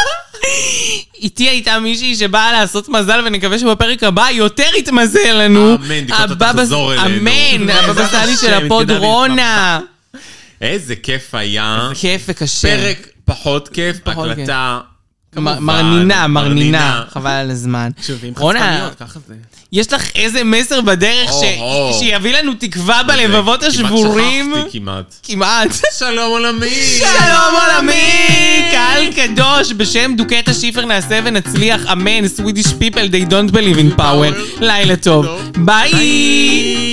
איתי הייתה מישהי שבאה לעשות מזל, ונקווה שבפרק הבא יותר יתמזל לנו. אמן, דיקוטה תחזור אלינו. אמן, הבבא סאלי של הפוד רונה. איזה כיף היה. כיף וקשה. פרק פחות כיף, הקלטה... מרנינה, מרנינה, חבל על הזמן. רונה, יש לך איזה מסר בדרך שיביא לנו תקווה בלבבות השבורים? כמעט שכחתי, כמעט. כמעט. שלום עולמי. שלום עולמי. קהל קדוש, בשם דוקטה שיפר נעשה ונצליח, אמן. Swedish people, they don't believe in power. לילה טוב. ביי.